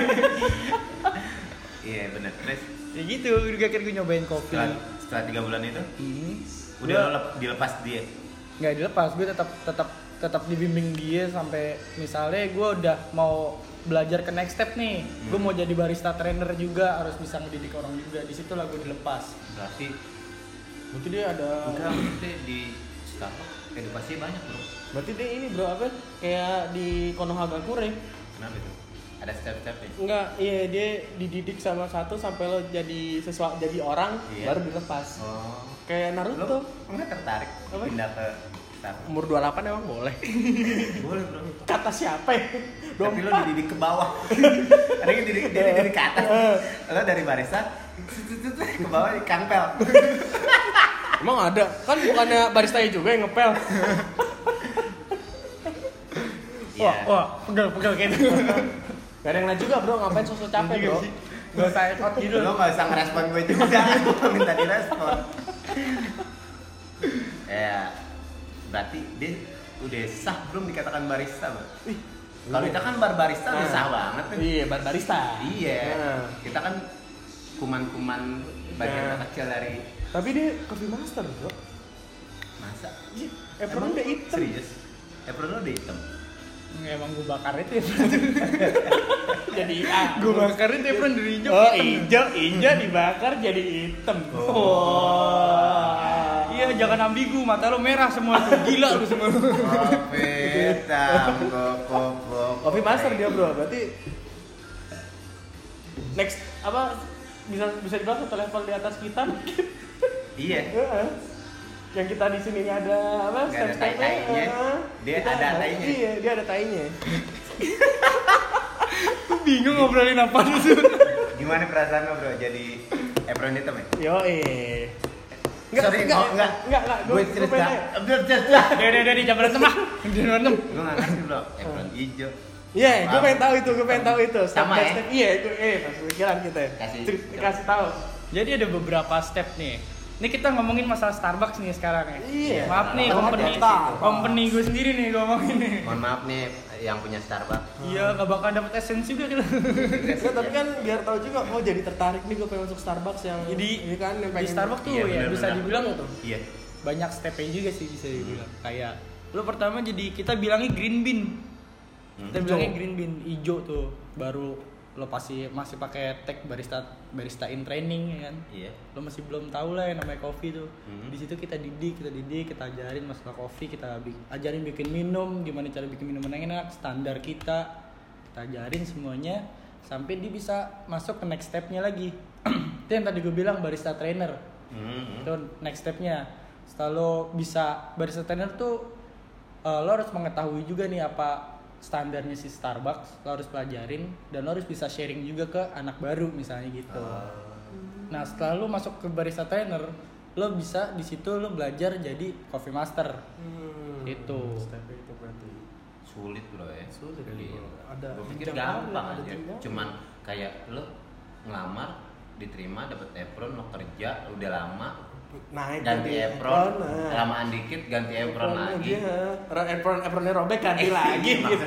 Iya benar. Terus Ya gitu, udah akhirnya gue nyobain kopi. setelah 3 bulan itu Hmm. udah lo dilepas dia. Nggak dilepas, gue tetap dibimbing dia sampai misalnya gue udah mau belajar ke next step nih. Gue mau jadi barista trainer juga, harus bisa ngedidik orang juga. Di situ lah gue dilepas. Berarti Berarti dia ada. enggak maksudnya di Starbucks edukasi banyak bro. Berarti dia ini bro apa? Kayak di Konohagakure. Kenapa itu? Ada step-stepnya. Enggak, iya dia dididik sama satu sampai lo jadi jadi orang Iya. baru dilepas. Oh. Kayak Lo Naruto. enggak tertarik Apa? pindah ke Starbucks? Umur 28 emang boleh. Boleh bro. Kata siapa ya? Tapi lo dididik ke bawah. Ada yang dididik ke atas. Lo dari barista ke bawah kangpel. Emang ada? Kan bukannya barista juga yang ngepel. Iya. Wah, pegel kayak gitu. Gak ada yang lain juga bro, ngapain sosok capek bro? Gak usah ekot gitu. Lo nggak usah ngerespon gue juga. Gue minta direspon. Ya, berarti dia udah sah belum dikatakan barista, Bang? Kalau kita kan barista udah sah banget tuh. Iya, barista. Iya. Nah. Kita kan kuman-kuman bagian Nah. kecil dari Tapi dia coffee master bro. masa. Apron udah hitam. Serius? Apron lo udah hitam. Emang gue bakar itu ya. Jadi Gue bakar itu ya dari hijau. Oh, hijau dibakar jadi hitam. Oh. Iya, jangan ambigu, mata lo merah semua tuh. Gila lu semua. Kopi hitam, kok. Coffee master dia bro, berarti next apa bisa dibilang satu level di atas kita mungkin. Iya. Heeh. Yang kita di sini nggak ada apa Nggak ada step-stepnya, tai-tainya. Dia kita ada tainya. Iya, dia ada tainya. Gue bingung ngobrolin apa itu. Gimana perasaan lo, Bro? Jadi apron hitam ya? Yo Sorry, enggak. Gue cerita. Udah, jam berantem lah. Jam berantem. Gue nggak ngerti, Bro. Apron hijau. Iya, gue pengen tahu itu, Step Sama by ya? step. Iya, gue pas pikiran kita. Kasih tahu. Jadi ada beberapa step nih. Ini kita ngomongin masalah Starbucks nih sekarang ya. Iya. Maaf nih, Apa company gue sendiri nih gue ngomongin nih. Mohon maaf nih yang punya Starbucks. Iya, gak bakal dapet esensi juga kita. Nggak, tapi kan biar tahu juga, oh jadi tertarik nih gue pengen masuk Starbucks yang Jadi ini kan yang di pengen Starbucks tuh Iya, ya benar-benar. bisa dibilang Iya. banyak stepnya juga sih bisa dibilang. Kayak lo pertama jadi kita bilangnya green bean. Kita bilangnya green bean hijau tuh. Baru lo masih pakai tag barista in training ya kan. Iya. Lo masih belum tahu lah yang namanya kopi tuh. Hmm. Di situ kita didik, kita ajarin masalah kopi, kita ajarin bikin minum, gimana cara bikin minuman yang enak, standar kita ajarin semuanya sampai dia bisa masuk ke next stepnya lagi. Itu yang tadi gue bilang barista trainer. Itu next stepnya. Setelah lo bisa barista trainer tuh lo harus mengetahui juga nih apa standarnya si Starbucks, lo harus pelajarin dan lo harus bisa sharing juga ke anak baru misalnya gitu. Nah setelah lo masuk ke barista trainer, lo bisa di situ lo belajar jadi coffee master. Itu. step itu berarti. Sulit, Bro ya. Sulit. Iya. Ada Gue pikir jenjang gampang ada aja. jenjang. Cuman kayak lo ngelamar, diterima, dapet apron, lo kerja, udah lama, naik ganti jadi apron, nah. lamaan dikit ganti apron lagi. Apronnya robek ganti lagi gitu.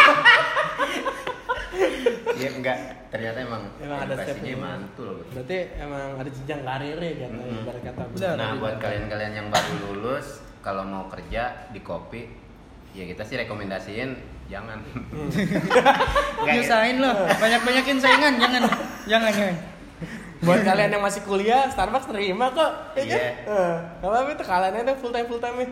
Iya enggak, ternyata emang Emang ada edukasinya stepnya. mantul. Berarti emang ada jenjang karirnya gitu, ibarat kata. Benar. Nah, buat kalian-kalian yang baru lulus, kalau mau kerja di kopi, ya kita sih rekomendasiin jangan. Nggak, Nyusahin lo, banyak-banyakin saingan, jangan. Buat kalian yang masih kuliah, Starbucks terima kok. Ya kan? Iya. Gak apa-apa itu kalian aja full time nya.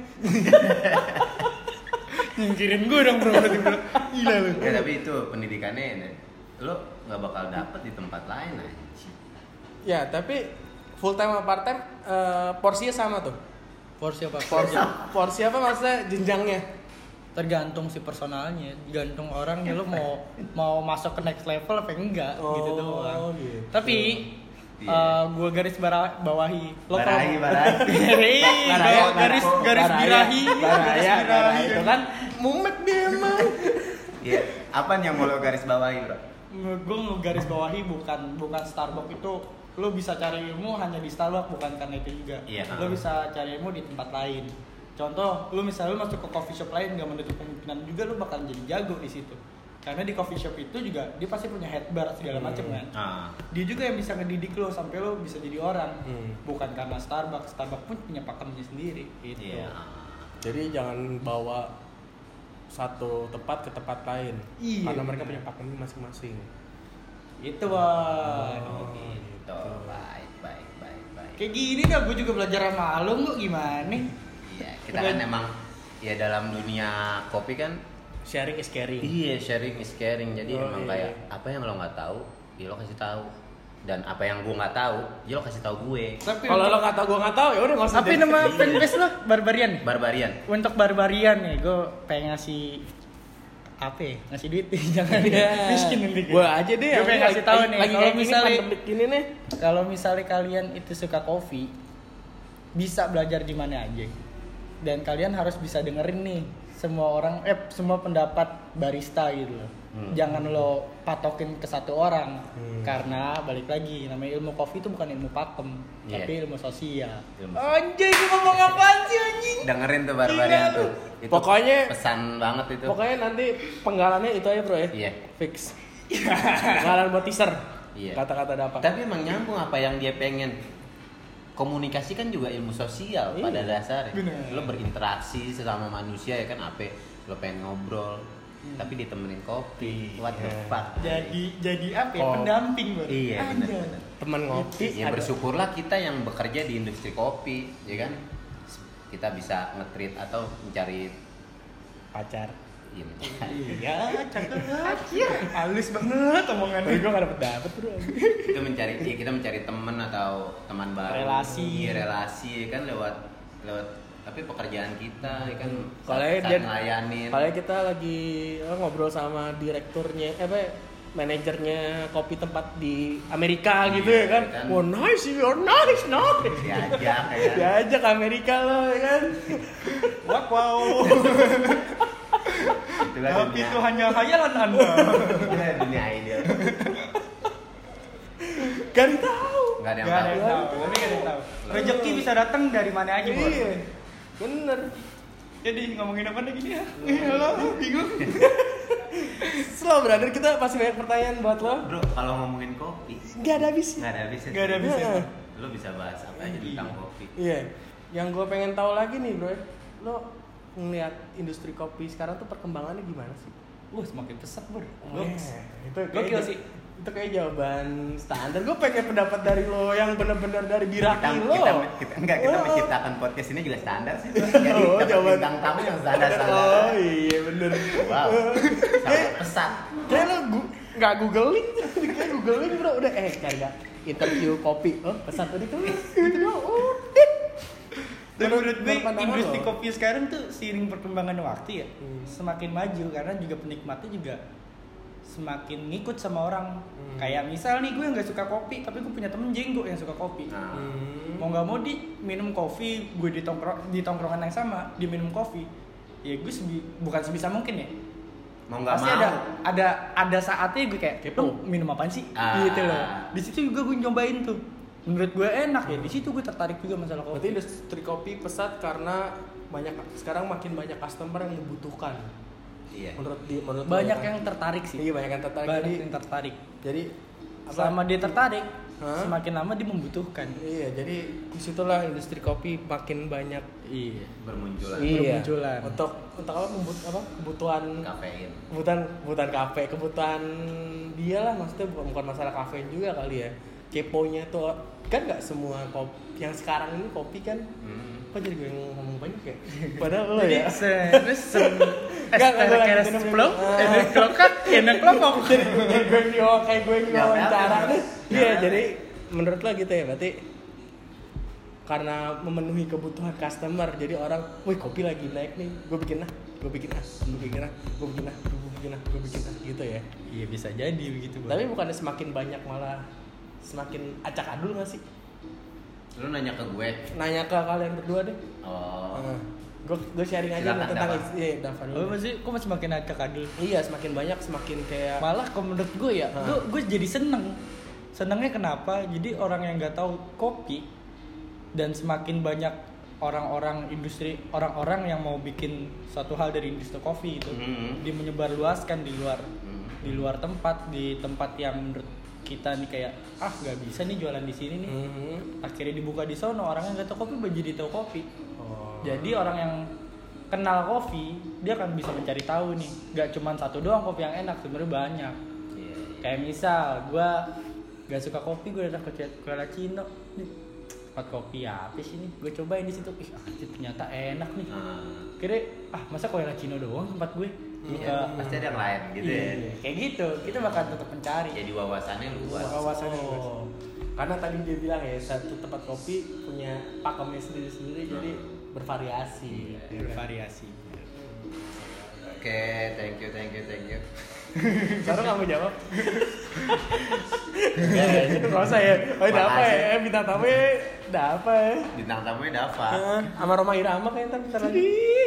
Nyingkirin gue dong bro, berarti bro. Gila lu. Ya, tapi itu pendidikannya lo nggak bakal dapet di tempat lain aja. Ya, tapi full time sama part time porsinya sama tuh. Porsi apa? Porsi apa maksudnya jenjangnya? Tergantung si personalnya, tergantung orangnya lo mau masuk ke next level apa enggak gitu doang. Gitu. Tapi Iya. gue garis bawahi. Lo Barahi. garis birahi. Baraya itu kan mumet dia emang. Iya, apa yang mau lo garis bawahi, Bro? Gue ngegaris bawahi bukan Starbucks itu lo bisa cari ilmu hanya di Starbucks, bukan karena itu juga. Lo bisa cari ilmu di tempat lain. Contoh, lo misalnya lo masuk ke coffee shop lain nggak menutup kemungkinan juga lo bakal jadi jago di situ. Karena di coffee shop itu juga dia pasti punya head bar segala macam kan. Dia juga yang bisa ngedidik lo sampai lo bisa jadi orang. Bukan karena Starbucks pun punya pakemnya sendiri gitu. Jadi jangan bawa satu tempat ke tempat lain. Karena mereka punya pakemnya masing-masing. Itu Bang. Gitu. Baik. Kayak gini dah, gue juga belajar sama lo, kok gimana? Iya, kita kan emang ya dalam dunia kopi kan sharing is caring. Iya, sharing is caring. Jadi emang kayak apa yang lo nggak tahu, ya lo kasih tahu. Dan apa yang gue nggak tahu, ya lo kasih tahu gue. Kalau lo nggak tahu, gue nggak tahu, ya udah nggak usah. Tapi nama fanbase lo Barbarian. Untuk Barbarian nih, gue pengen ngasih apa ya? Ngasih duit jangan miskin nanti. Gue aja deh. Gue pengen kasih tahu nih. Kalau misalnya ini nih, kalau misalnya kalian itu suka kopi, bisa belajar di mana aja. Dan kalian harus bisa dengerin nih semua pendapat barista gitu loh. Jangan lo patokin ke satu orang. Karena balik lagi, namanya ilmu kopi itu bukan ilmu pakem, tapi ilmu sosial. Anjing, gue ngomong apaan sih anjing? Dengerin tuh Barbarian tuh. Itu pokoknya pesan banget itu. Pokoknya nanti penggalannya itu aja bro ya. Iya. Fix. Penggalan buat teaser. Iya. Kata-kata dapat. Tapi emang nyambung apa yang dia pengen. Komunikasi kan juga ilmu sosial pada dasarnya. Lo berinteraksi sesama manusia ya kan, apa lo pengen ngobrol tapi ditemenin kopi. What the fuck. Jadi apa ya? Pendamping bro. Iya benar. Teman ngopi. Ya bersyukurlah kita yang bekerja di industri kopi, ya kan. Kita bisa nge-treat atau mencari pacar. Iya, cakep. Halus banget omongannya. Gue gak dapet bro. Kita mencari teman atau teman baru. Relasi kan lewat tapi pekerjaan kita ya kan. Saat ngelayanin. Kalau kita lagi ngobrol sama direkturnya, manajernya kopi tempat di Amerika gitu ya kan. Oh nice, you're nice. Diajak ke Amerika lo ya kan. Wow. Tapi itu hanya khayalan Anda. Itulah dunia ideal. Gak ada yang tahu. Gak ada yang tahu. Rezeki bisa datang dari mana aja, Bro. Iya. Bener. Jadi ngomongin apa lagi nih ya? Halo, bingung. Slow brother, kita masih banyak pertanyaan buat lo. Bro, kalau ngomongin kopi, gak ada habisnya. Lo bisa bahas apa aja tentang kopi. Iya. Yang gue pengen tahu lagi nih, bro. Lo ngeliat industri kopi sekarang tuh perkembangannya gimana sih? Semakin pesat bro. Itu gokil sih. Itu kayak jawaban standar. Gue pengen pendapat dari lo yang benar-benar dari biraki lo. Kita menciptakan podcast ini juga standar sih. Jadi jawaban bintang tamu yang standar. Oh iya bener. Wow. Sangat pesat. Kayak lo nggak googling bro. Udah cari gak interview kopi. Pesat tadi tuh. Gitu doang. Dan menurut gue industri kopi sekarang tuh seiring perkembangan waktu ya semakin maju karena juga penikmatnya juga semakin ngikut sama orang. Kayak misal nih gue nggak suka kopi tapi gue punya temen jenggo yang suka kopi. Mau nggak mau di minum kopi, gue di tongkrongan yang sama di minum kopi. Ya gue bukan sebisa mungkin ya. Mau nggak pasti mau. ada saatnya gue kayak kepo minum apaan sih gitu loh. Di situ juga gue nyobain tuh. Menurut gue enak ya, di situ gue tertarik juga masalah kopi. Berarti industri kopi pesat karena sekarang makin banyak customer yang membutuhkan. Iya. Menurut banyak yang tertarik sih. Iya, banyak yang tertarik. Jadi selama dia tertarik, semakin lama dia membutuhkan. Iya, jadi disitulah industri kopi makin banyak bermunculan. Bermunculan. Untuk apa? Kebutuhan kafein. Kebutuhan kafe, kebutuhan dia lah, maksudnya bukan masalah kafein juga kali ya. Keponya tuh kan nggak semua kopi yang sekarang ini kopi kan apa jadi gue ngomong banyak ya padahal lo ya terus kayak gue diwawancara nih iya jadi menurut lo gitu ya berarti karena memenuhi kebutuhan customer jadi orang wih kopi lagi naik nih gue bikin gitu ya. Iya bisa jadi begitu tapi bukannya semakin banyak malah semakin acak adul nggak sih? Lu nanya ke gue? Nanya ke kalian berdua deh. Gue sharing aja tentang Dava dulu. Kok masih makin acak adul? Iya semakin banyak semakin kayak malah kalau menurut gue ya, gue jadi seneng senengnya kenapa? Jadi orang yang nggak tahu kopi dan semakin banyak orang-orang yang mau bikin suatu hal dari industri kopi itu, dia menyebarluaskan di luar tempat, di tempat yang menurut kita nih kayak nggak bisa nih jualan di sini nih. Akhirnya dibuka di sono, orang yang nggak tahu kopi jadi tahu kopi. Jadi orang yang kenal kopi dia akan bisa mencari tahu nih, nggak cuma satu doang kopi yang enak, sebenarnya banyak. Kayak misal gue nggak suka kopi, gue datang ke cappuccino nih, tempat kopi apa sih nih, gue cobain di situ, ternyata enak nih. Kira masa kopi cappuccino doang tempat gue. Pasti ada yang lain gitu ya. Kayak gitu, kita bakal tetap mencari. Jadi wawasannya luas. Karena tadi dia bilang ya, satu tempat kopi punya pakemnya sendiri-sendiri, jadi bervariasi. Bervariasi. Oke, thank you. Sekarang nggak mau jawab. Nggak usah ya. Udah apa ya? Bintang tamunya udah apa ya? Bintang tamunya Dava. Sama Roma Irama kayaknya bentar lagi.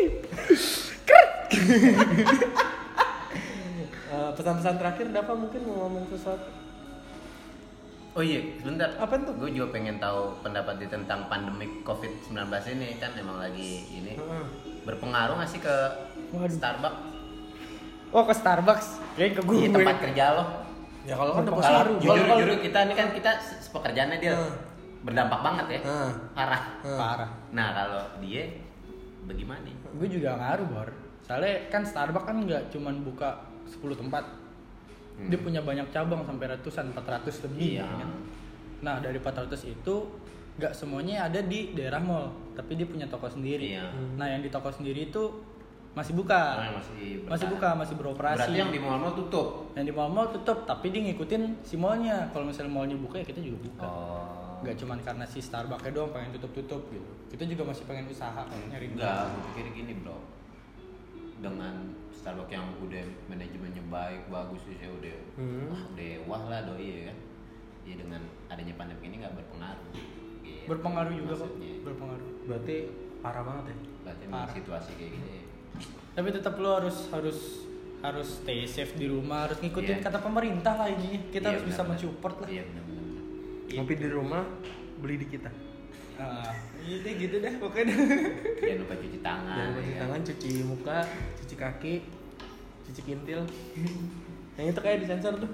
Pesan-pesan terakhir Dava mungkin mau ngomong sesuatu. Oh iya, sebentar. Apa tuh? Gue juga pengen tahu pendapat dia tentang pandemik COVID-19 ini, kan emang lagi ini. Berpengaruh nggak sih ke Starbucks? Oh, ke Starbucks? Kayak ke gue. Iya, tempat kerja lo. Ya kalau kan Kalau jujur kita ini kan kita pekerjaannya dia berdampak banget ya. Parah. Nah, kalau dia bagaimana? Gue juga ngaruh, Bor. Soalnya kan Starbucks kan nggak cuman buka 10 tempat. Dia punya banyak cabang sampai ratusan, 400 lebih. Iya. Kan? Nah, dari 400 itu nggak semuanya ada di daerah mall, tapi dia punya toko sendiri. Iya. Nah, yang di toko sendiri itu masih buka. Masih beroperasi. Berarti yang di mall-mall tutup. Yang di mall-mall tutup, tapi dia ngikutin si mallnya. Kalau misalnya mallnya buka ya kita juga buka. Nggak cuman karena si Starbucks-nya doang pengen tutup gitu. Kita juga masih pengen usaha nyari. Enggak, gue pikir gini, Bro. Dengan Starbucks yang udah manajemennya baik, bagus sih, ya udah wah lah doi ya kan. Jadi dengan adanya pandemi ini nggak berpengaruh. Gitu, berpengaruh juga kok. maksudnya. Berpengaruh. Berarti parah banget ya. Berarti memang situasi kayak gini. Tapi tetap lo harus stay safe di rumah, harus ngikutin kata pemerintah lah ini. Kita harus bisa mensupport lah. Iya benar. Ngopi di rumah, beli di kita. Gitu deh pokoknya. Jangan lupa cuci tangan. Jangan lupa cuci tangan, cuci muka, cuci kaki, cuci kintil. Yang itu kayak disensor tuh.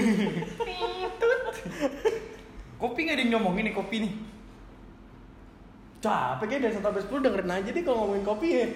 Kopi nggak ada yang ngomongin nih kopi nih. Capek kayak dari 1 sampai 10 dengerin aja deh kalau ngomongin kopi ya.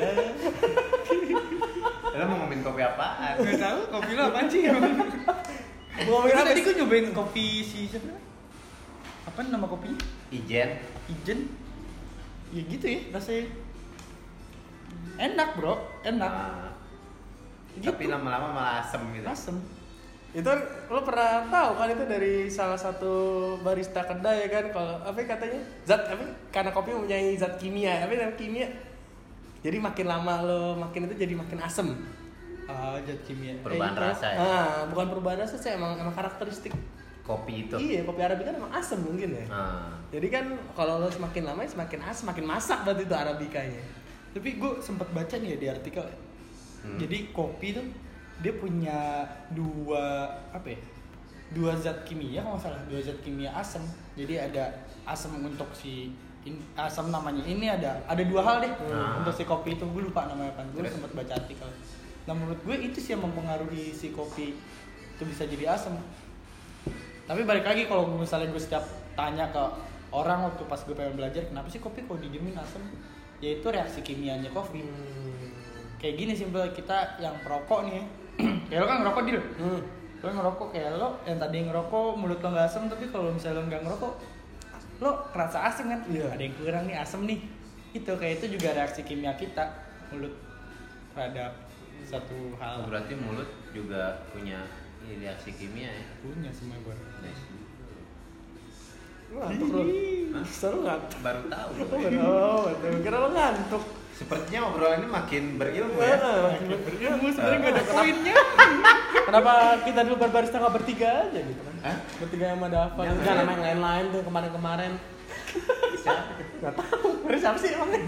Lo mau ngomongin kopi apaan? Gak tahu kopi lo apaan sih? Ngomongin apa? Tadi gue nyobain kopi si siapa? Apa nama kopinya? Ijen. Ya gitu ya rasanya. Enak bro, enak. Gitu. Tapi lama-lama malah asem gitu. Asem. Itu lo pernah tahu kan itu dari salah satu barista kedai ya kan, kalau apa katanya karena kopi mempunyai zat kimia, kimia. Jadi makin lama lo makin itu jadi makin asem. Zat kimia. Perubahan rasa ya. Bukan perubahan rasa sih, emang karakteristik kopi itu. Iya, kopi Arabica kan emang asem mungkin ya. Jadi kan kalau lo semakin lama semakin asem, semakin masak berarti itu Arabicanya. Tapi gue sempat baca nih ya di artikel. Jadi kopi tuh dia punya dua zat kimia kalau nggak salah, 2 zat kimia asam. Jadi ada asam untuk si asam namanya ini, ada 2 hal deh untuk si kopi itu. Gue lupa namanya apa, gue sempat baca artikel. Nah menurut gue itu sih yang mempengaruhi si kopi itu bisa jadi asam. Tapi balik lagi kalau misalnya gue setiap tanya ke orang waktu pas gue pengen belajar kenapa sih kopi kok dijamin asam, yaitu reaksi kimianya kopi. Kayak gini simpel, kita yang perokok nih kayak lo kan ngerokok Dil. Lo ngerokok kayak lo yang tadi ngerokok mulut lo gak asem, tapi kalau misalnya lo gak ngerokok lo kerasa asem kan. Ada yang kurang nih, asem nih. Itu kayak itu juga reaksi kimia kita mulut terhadap satu hal. Berarti mulut juga punya reaksi kimia ya? Punya semua gue. Ngantuk lo. Seru ngantuk. Baru tahu. Kira lo ngantuk. Sepertinya obrolan ini makin berilmu ya. Makin berilmu Sebenarnya gak ada poinnya. Kenapa kita dulu barbarista gak bertiga aja gitu kan? Bertiga sama Dava. Jangan sama yang lain-lain tuh kemarin-kemarin. Siapa? Gak tahu. Siapa sih emangnya?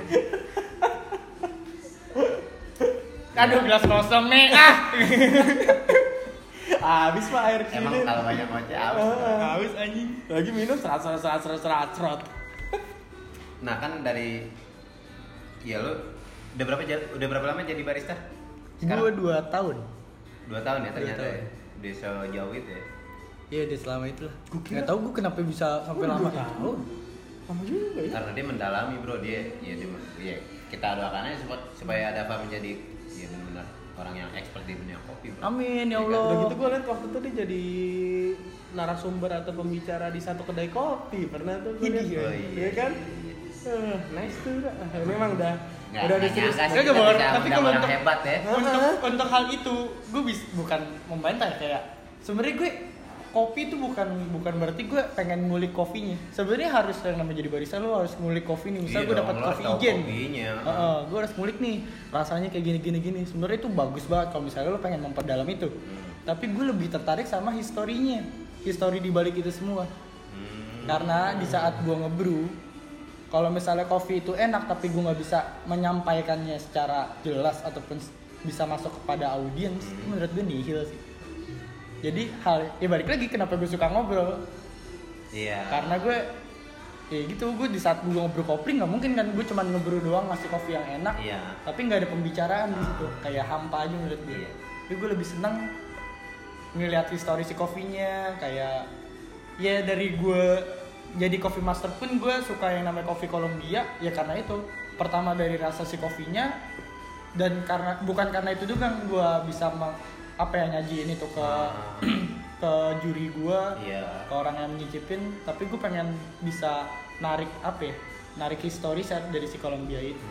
Aduh gelas kosong nih. Habis Pak air Emang sini. kalau banyak ngoceh habis. anjing. Lagi minum serat. Nah kan dari ya lu udah berapa lama jadi barista? Gue 2 tahun. 2 tahun ya ternyata 2 tahun. ya. Udah sejauh itu ya. Iya udah selama itu lah. Gua kira- Nggak tahu gue kenapa bisa sampai lama. tahun. Lama juga ya. Karena dia mendalami bro, dia kita doakan aja supaya Dava menjadi ya benar-benar orang yang expert di dunia kopi bro. Amin ya Iya kan? Allah. Udah gitu gue liat waktu itu dia jadi narasumber atau pembicara di satu kedai kopi pernah tuh gue liat. Oh, iya. Iya kan? Nice tuh udah. Memang udah Nggak udah nyangka serius. sih Nggak, kita Bor. bisa Tapi undang kalau orang untuk- hebat ya. Untuk hal itu gue bukan membantah kayak sebenarnya gue kopi itu bukan berarti gue pengen ngulik kopinya. Sebenarnya harus yang namanya jadi barista lo harus ngulik kopi nih. Misal Iya gue dong, dapat lo kopi harus tahu ijen. kopinya. Gue harus ngulik nih rasanya kayak gini. Sebenarnya itu bagus banget kalau misalnya lo pengen memperdalam itu. Tapi gue lebih tertarik sama historinya, histori di balik itu semua. Karena di saat gue ngebrew, kalau misalnya kopi itu enak tapi gue nggak bisa menyampaikannya secara jelas ataupun bisa masuk kepada audiens, itu menurut gue nihil sih. Jadi ya balik lagi kenapa gue suka ngobrol. Iya. Karena gue ya gitu, gue di saat gue ngobrol kopi nggak mungkin kan gue cuma ngobrol doang ngasih kopi yang enak. Iya. Tapi nggak ada pembicaraan di situ, kayak hampa aja menurut gue. Iya. Tapi gue lebih senang ngeliat histori si kopinya, kayak ya dari gue jadi coffee master pun gue suka yang namanya kopi Colombia ya karena itu. Pertama dari rasa si kopinya, dan bukan karena itu juga gue bisa nyajiin itu ke ke juri gue, Iya. ke orang yang nyicipin, tapi gue pengen bisa narik histori set dari si Colombia itu.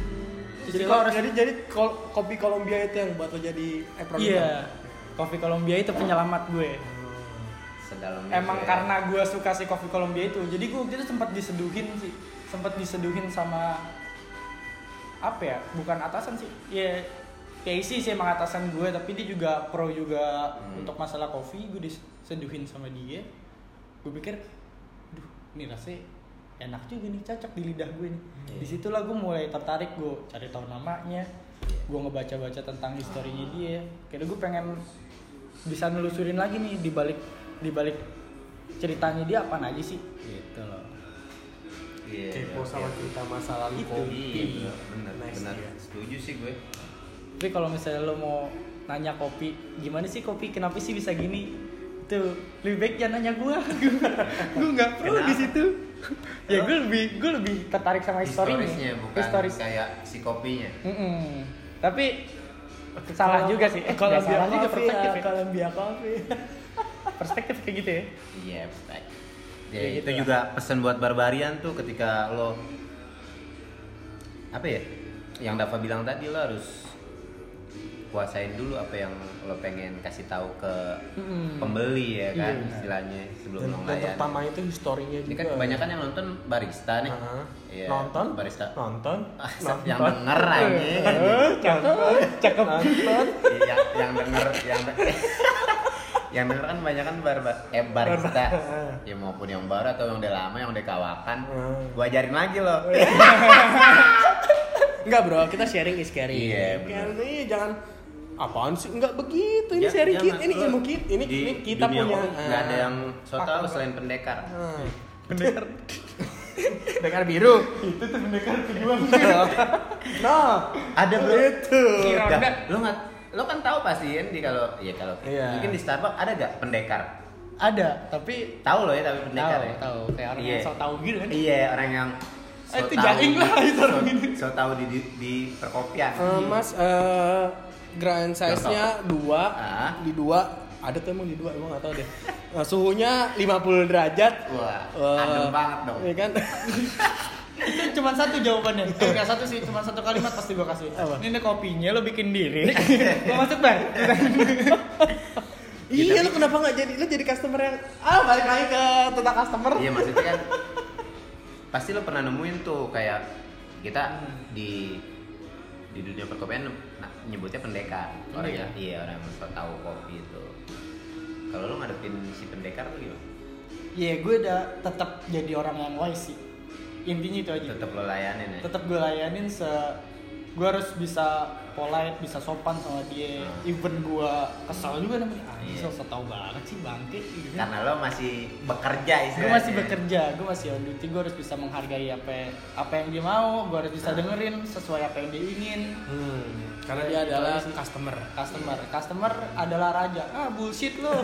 Jadi kopi Colombia itu yang buat lo jadi produk. Iya, kopi Colombia itu penyelamat gue. Sedalam Emang itu ya. karena gue suka si kopi Colombia itu, jadi gue waktu itu sempat diseduhin sama apa ya, bukan atasan sih, ya Casey sih emang atasan gue, tapi dia juga pro juga untuk masalah kopi. Gue diseduhin sama dia, gue pikir, duh ini rasanya enak juga nih, cocok di lidah gue nih. Disitulah gue mulai tertarik, gue cari tahu namanya, gue ngebaca-baca tentang historinya dia. Kayaknya gue pengen bisa nelusurin lagi nih di balik ceritanya dia apa aja sih, gitu loh. Iya. Kepo sama cerita masa lalu Itu. kopi. Iya, benar. Nice, Benar. iya. Setuju sih gue. Tapi kalau misalnya lo mau nanya kopi, gimana sih kopi, kenapa sih bisa gini? Itu lebih baik jangan nanya gue. Gue nggak pro Kenapa? di situ. Ya gue lebih tertarik sama historinya. Historisnya bukan Historis. kayak si kopinya. Tapi salah juga sih. Kalau Salah juga perspektif ya. Colombia kopi. Perspektif kayak gitu ya. Iya, baik. Ya, Ya, itu gitu juga pesan buat barbarian tuh ketika lo apa ya? Yang Dava bilang tadi, lo harus kuasain dulu apa yang lo pengen kasih tahu ke pembeli ya kan, Iya. istilahnya sebelum Dan lo ngelayan. terutama itu historinya juga. Ini kan kebanyakan yang nonton barista nih. Iya, Nonton? barista. Nonton? Yang denger aja. Cakep. Nonton? Iya, yang denger yang denger kan banyak kan barista. Ya maupun yang baru atau yang udah lama, yang udah kawakan. Gua ajarin lagi loh. Enggak bro, kita sharing is caring. Iya, benar. Ini jangan apaan sih? Enggak begitu. Ini Ya, sharing jangan. kita, ini Lo ilmu kita. Ini di kita dunia punya. kopi nggak ada yang so tau selain pendekar. Pendekar. Pendekar biru. Itu tuh pendekar kedua. Nah, Ada bro. itu. Kira- Nggak, lo kan tahu pasti kan kalau Iya. mungkin di Starbucks ada gak pendekar? Ada, tapi Tahu lo ya tapi pendekar ya. tahu kayak orang Iya. yang sok tahu gitu kan. Iya, orang yang Itu jaing lah itu orang ini. So tahu di perkopian. Mas, grind size-nya 2. Ah. Di 2 ada tuh emang di 2, emang nggak tahu deh. Suhunya 50 derajat. Wah, adem banget dong. Iya kan? Itu cuma satu jawabannya. Enggak satu sih, cuma satu kalimat pasti gua kasih. Apa? Ini kopinya lo bikin diri. Gua masuk bar. Iya, lu kenapa nggak jadi customer yang balik lagi ke tentang customer. Iya, maksudnya kan pasti lo pernah nemuin tuh kayak kita di dunia perkopian nyebutnya pendekar. Orang Iya. yang orang yang so tahu kopi itu. Kalau lo ngadepin si pendekar tuh gimana? Iya, gue udah tetap jadi orang yang wise sih. Intinya itu aja. Tetap lo layanin ya. Tetap gue layanin gue harus bisa polite, bisa sopan sama dia. Even gue kesal juga namanya. So tau banget sih bangke. Gitu. Karena lo masih bekerja istilahnya. Gue masih bekerja, gue masih on duty, gue harus bisa menghargai apa yang dia mau, gue harus bisa dengerin sesuai apa yang dia ingin. Karena dia adalah customer adalah raja. Bullshit lo.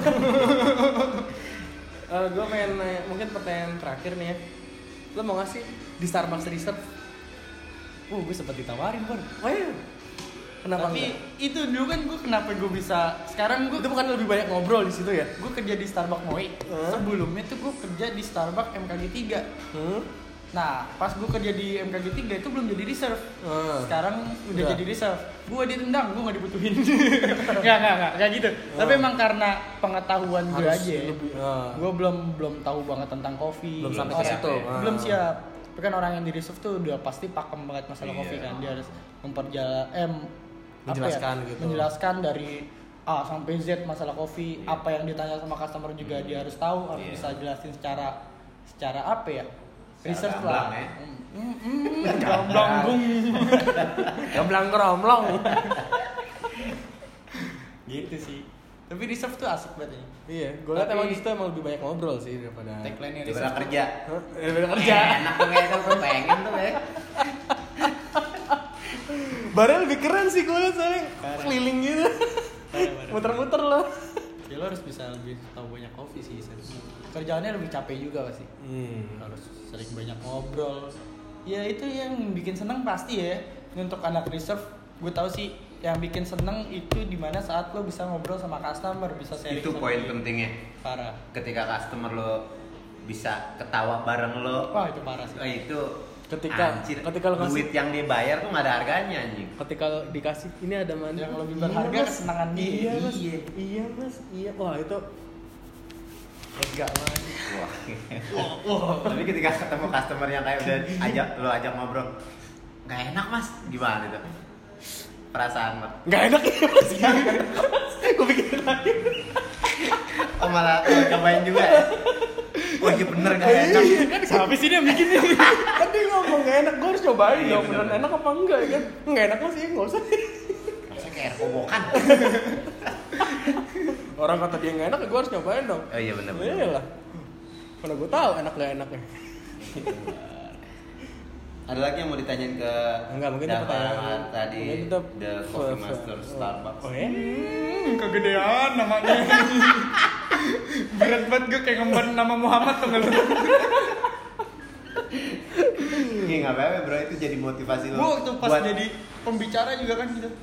Gue pengen nanya, mungkin pertanyaan terakhir nih ya. Lo mau ngasih di Starbucks Reserve? Gue sempet ditawarin Bor. Oh iya? Kenapa Tapi enggak? itu dulu kan gue kenapa gue bisa sekarang gue Itu bukan lebih banyak ngobrol di situ ya? gue kerja di Starbucks Moi. Sebelumnya tuh gue kerja di Starbucks MKG 3. Nah, pas gue kerja di MKG 3 itu belum jadi reserve. Sekarang udah jadi reserve. Gue ditendang, gue gak dibutuhin. Enggak gitu. Tapi emang karena pengetahuan gue Harus aja. lebih, Gue belum tahu banget tentang kopi. Belum sampai ke Orang- situ. Belum siap. Tapi kan orang yang di reserve tuh udah pasti pakem banget masalah kopi kan. Dia harus menjelaskan dari A sampai Z masalah kopi. Apa yang ditanya sama customer juga dia harus tahu, harus bisa jelasin secara apa ya? Research lah. Gamblang bung. Gamblang geromlong. Gitu sih. Tapi reserve tuh asik banget ya. Iya, gue liat Tapi- emang di situ emang lebih banyak ngobrol sih daripada Tagline-nya Daripada reserve. kerja. daripada kerja. Enak tuh kayak tuh pengen tuh ya. Barnya lebih keren sih gue liat soalnya keliling gitu. Muter-muter loh. Ya lo harus bisa lebih tahu banyak kopi sih. Kerjaannya lebih capek juga pasti. Harus sering banyak ngobrol. Ya itu yang bikin seneng pasti ya. Untuk anak reserve, gue tahu sih yang bikin seneng itu dimana saat lo bisa ngobrol sama customer, bisa sharing. Itu sama poin dia. pentingnya. Parah. Ketika customer lo bisa ketawa bareng lo. Wah itu parah sih. Itu Ketika lo kasih- duit yang dia bayar tuh nggak ada harganya anjing. Ketika dikasih ini ada mandi Yang lebih berharga Mas. kesenangan dia. Iya mas, Iya. iya mas, iya. Wah itu lega banget. Wah. Tapi ketika ketemu customer yang kayak udah ajak ngobrol, nggak enak mas, gimana itu? Perasaan lo? Nggak enak ya mas. Gue pikir lagi. Oh malah lo cobain juga ya? Oh iya bener nggak enak. Kan siapa sih dia yang bikin ini? Kan dia ngomong nggak enak, gue harus cobain Iya, dong. bener. Beneran enak apa enggak ya kan? Nggak enak mas, ya nggak usah. Rasanya kayak kobokan. Orang kata dia nggak enak, ya gue harus cobain dong. Oh iya bener. Iya lah. Mana gue tahu enak nggak enaknya. Ada lagi yang mau ditanyain ke Enggak, mungkin itu Dava pertanyaan tadi mungkin itu The Coffee Master Starbucks. Oh ya? Kegedean namanya. Berat banget gue kayak ngemban nama Muhammad tuh nggak lu? Iya nggak apa-apa bro, itu jadi motivasi lo. Gue waktu pas buat- jadi pembicara juga kan gitu.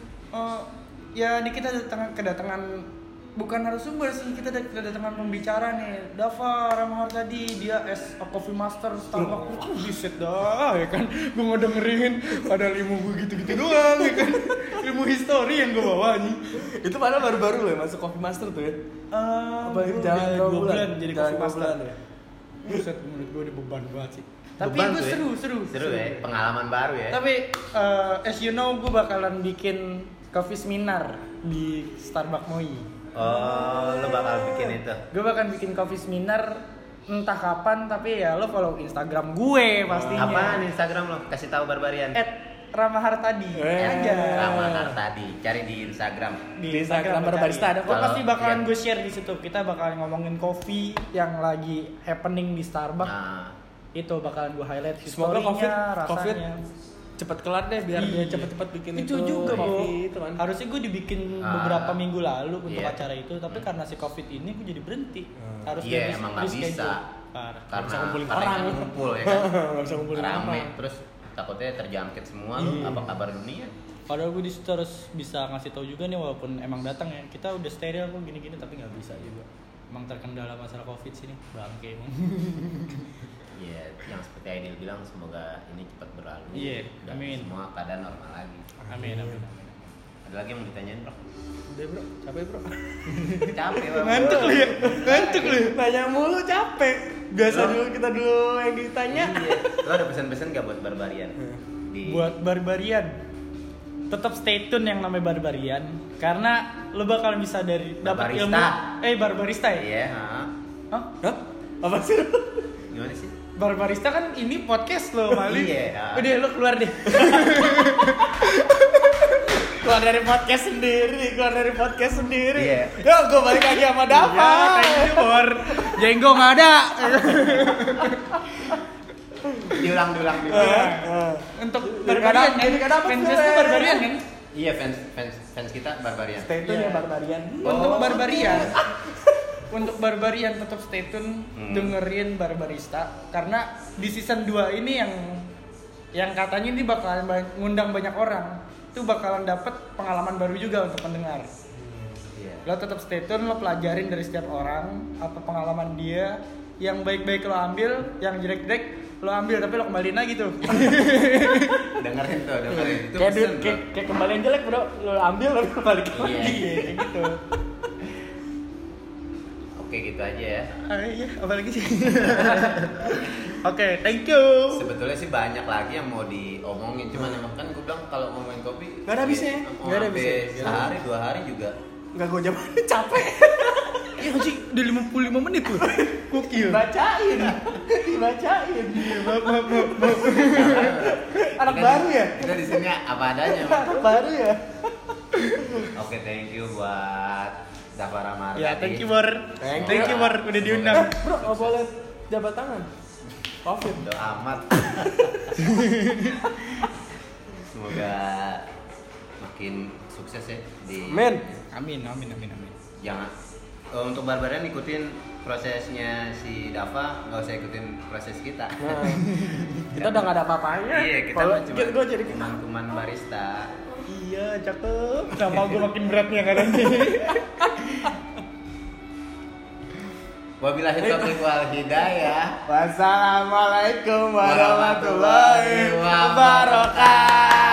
Ya ini kita kedatangan bukan narasumber sih, kita kedatangan pembicara nih. Dava Ramahar tadi dia as a coffee master Starbucks. Buset dah ya kan. Gue mau dengerin ada ilmu gue gitu-gitu doang ya kan. Ilmu history yang gue bawa nih. Itu padahal baru-baru loh ya masuk Coffee Master tuh ya. Apa ini jalan udah 2 bulan jadi Jalan coffee 2 master. bulan ya. Buset menurut gue udah beban banget sih. Tapi Beban itu tuh ya? seru ya, pengalaman baru ya. Tapi as you know gue bakalan bikin coffee seminar di Starbucks Moi. Oh, lo bakal bikin itu. Gue bakal bikin coffee seminar entah kapan, tapi ya lo follow Instagram gue pastinya. Apaan Instagram lo? Kasih tahu Barbarian. @Ramahartadi aja. Ramahar tadi, cari di Instagram. Di Instagram Barbarista ada Gue kok. pasti bakalan Iya. gue share di situ. Kita bakalan ngomongin kopi yang lagi happening di Starbucks. Nah, Itu bakalan gue highlight Semoga historinya, COVID rasanya. cepet kelar deh biar dia Iya. cepet-cepet bikin itu juga bro. kopi itu kan. Harusnya gue dibikin Ah. beberapa minggu lalu untuk Iya. acara itu, tapi karena si covid ini gue jadi berhenti. Harus iya di- emang nggak reschedule. bisa. Parah. Karena bisa ngumpulin mereka orang. ngumpul ya kan. Nggak bisa ngumpulin Rame, orang. terus takutnya terjangkit semua. Iya. Apa kabar dunia? Padahal gue disitu harus bisa ngasih tahu juga nih, walaupun emang datang ya kita udah steril kok gini-gini, tapi nggak bisa juga. Emang terkendala masalah covid sini, bangke emang. Iya, yang seperti Aidil bilang semoga ini cepat berlalu. Iya, dan amin. semua keadaan normal lagi. Amin amin. Ada lagi yang mau ditanyain bro? Udah bro, capek bro. Capek bang. Ngantuk lu ya, ngantuk lu. Nanya mulu capek. Biasa Bro. kita dulu yang ditanya. Iya. Lo ada pesan-pesan gak buat Barbarian? Buat Barbarian, tetap stay tune yang namanya Barbarian, karena lo bakal bisa dari dapat ilmu. Barbarista. Barbarista ya? Iya. Ha? Hah? Hah? Apa sih? Gimana sih? Barbarista kan ini podcast lo Mali. Iya. Udah lo keluar deh. Keluar dari podcast sendiri. Iya. Yo, gue balik lagi sama Dava. Thank you, Bor. Jenggo nggak ada. Diulang. Untuk Jadi Barbarian jadi kan? kenapa Fans sih, itu Le? Barbarian kan? Iya, fans kita Barbarian. Stay tune ya Barbarian. Untuk Barbarian. Untuk Barbarian tetap stay tune, Hmm. dengerin Barbarista karena di season 2 ini yang katanya ini bakalan ngundang banyak orang. Itu bakalan dapet pengalaman baru juga untuk pendengar. Iya. Lo tetap stay tune, lo pelajarin dari setiap orang apa pengalaman dia. Yang baik-baik lo ambil, yang jelek-jelek lo ambil tapi lo kembaliin lagi tuh. Dengerin itu Kayak pesen, bro. kayak kembalian jelek bro, lo ambil lo balik Iya. lagi kayak gitu. Oke, gitu aja ya. Iya, apalagi sih. Oke, thank you. Sebetulnya sih banyak lagi yang mau diomongin, cuman emang kan gue bilang kalau ngomongin kopi Nggak ada habisnya. mau Nggak ada sampai habisnya. sehari 2 hari juga. Enggak gue zaman capek. Iya sih, udah 55 menit tuh. Gokil. Dibacain. Anak baru ya? Kita di sini apa adanya. Bang. Anak baru ya? Oke, thank you buat Dava Ramardhani. Ya, thank you Bor. Thank Thank you Bor udah diundang. Bro, nggak boleh jabat tangan. Covid. Udah amat. Semoga makin sukses ya di. Men. Amin. Jangan untuk Barbarian ikutin prosesnya si Dava, nggak usah ikutin proses kita. Nah, kita udah nggak ada apa-apanya. Iya, kita Kalau mah cuma gue jadi teman-teman barista. Iya, cakep. Nama gue makin berat nih kan nanti. Wabillahi taufiq wal hidayah. Wassalamualaikum warahmatullahi wabarakatuh.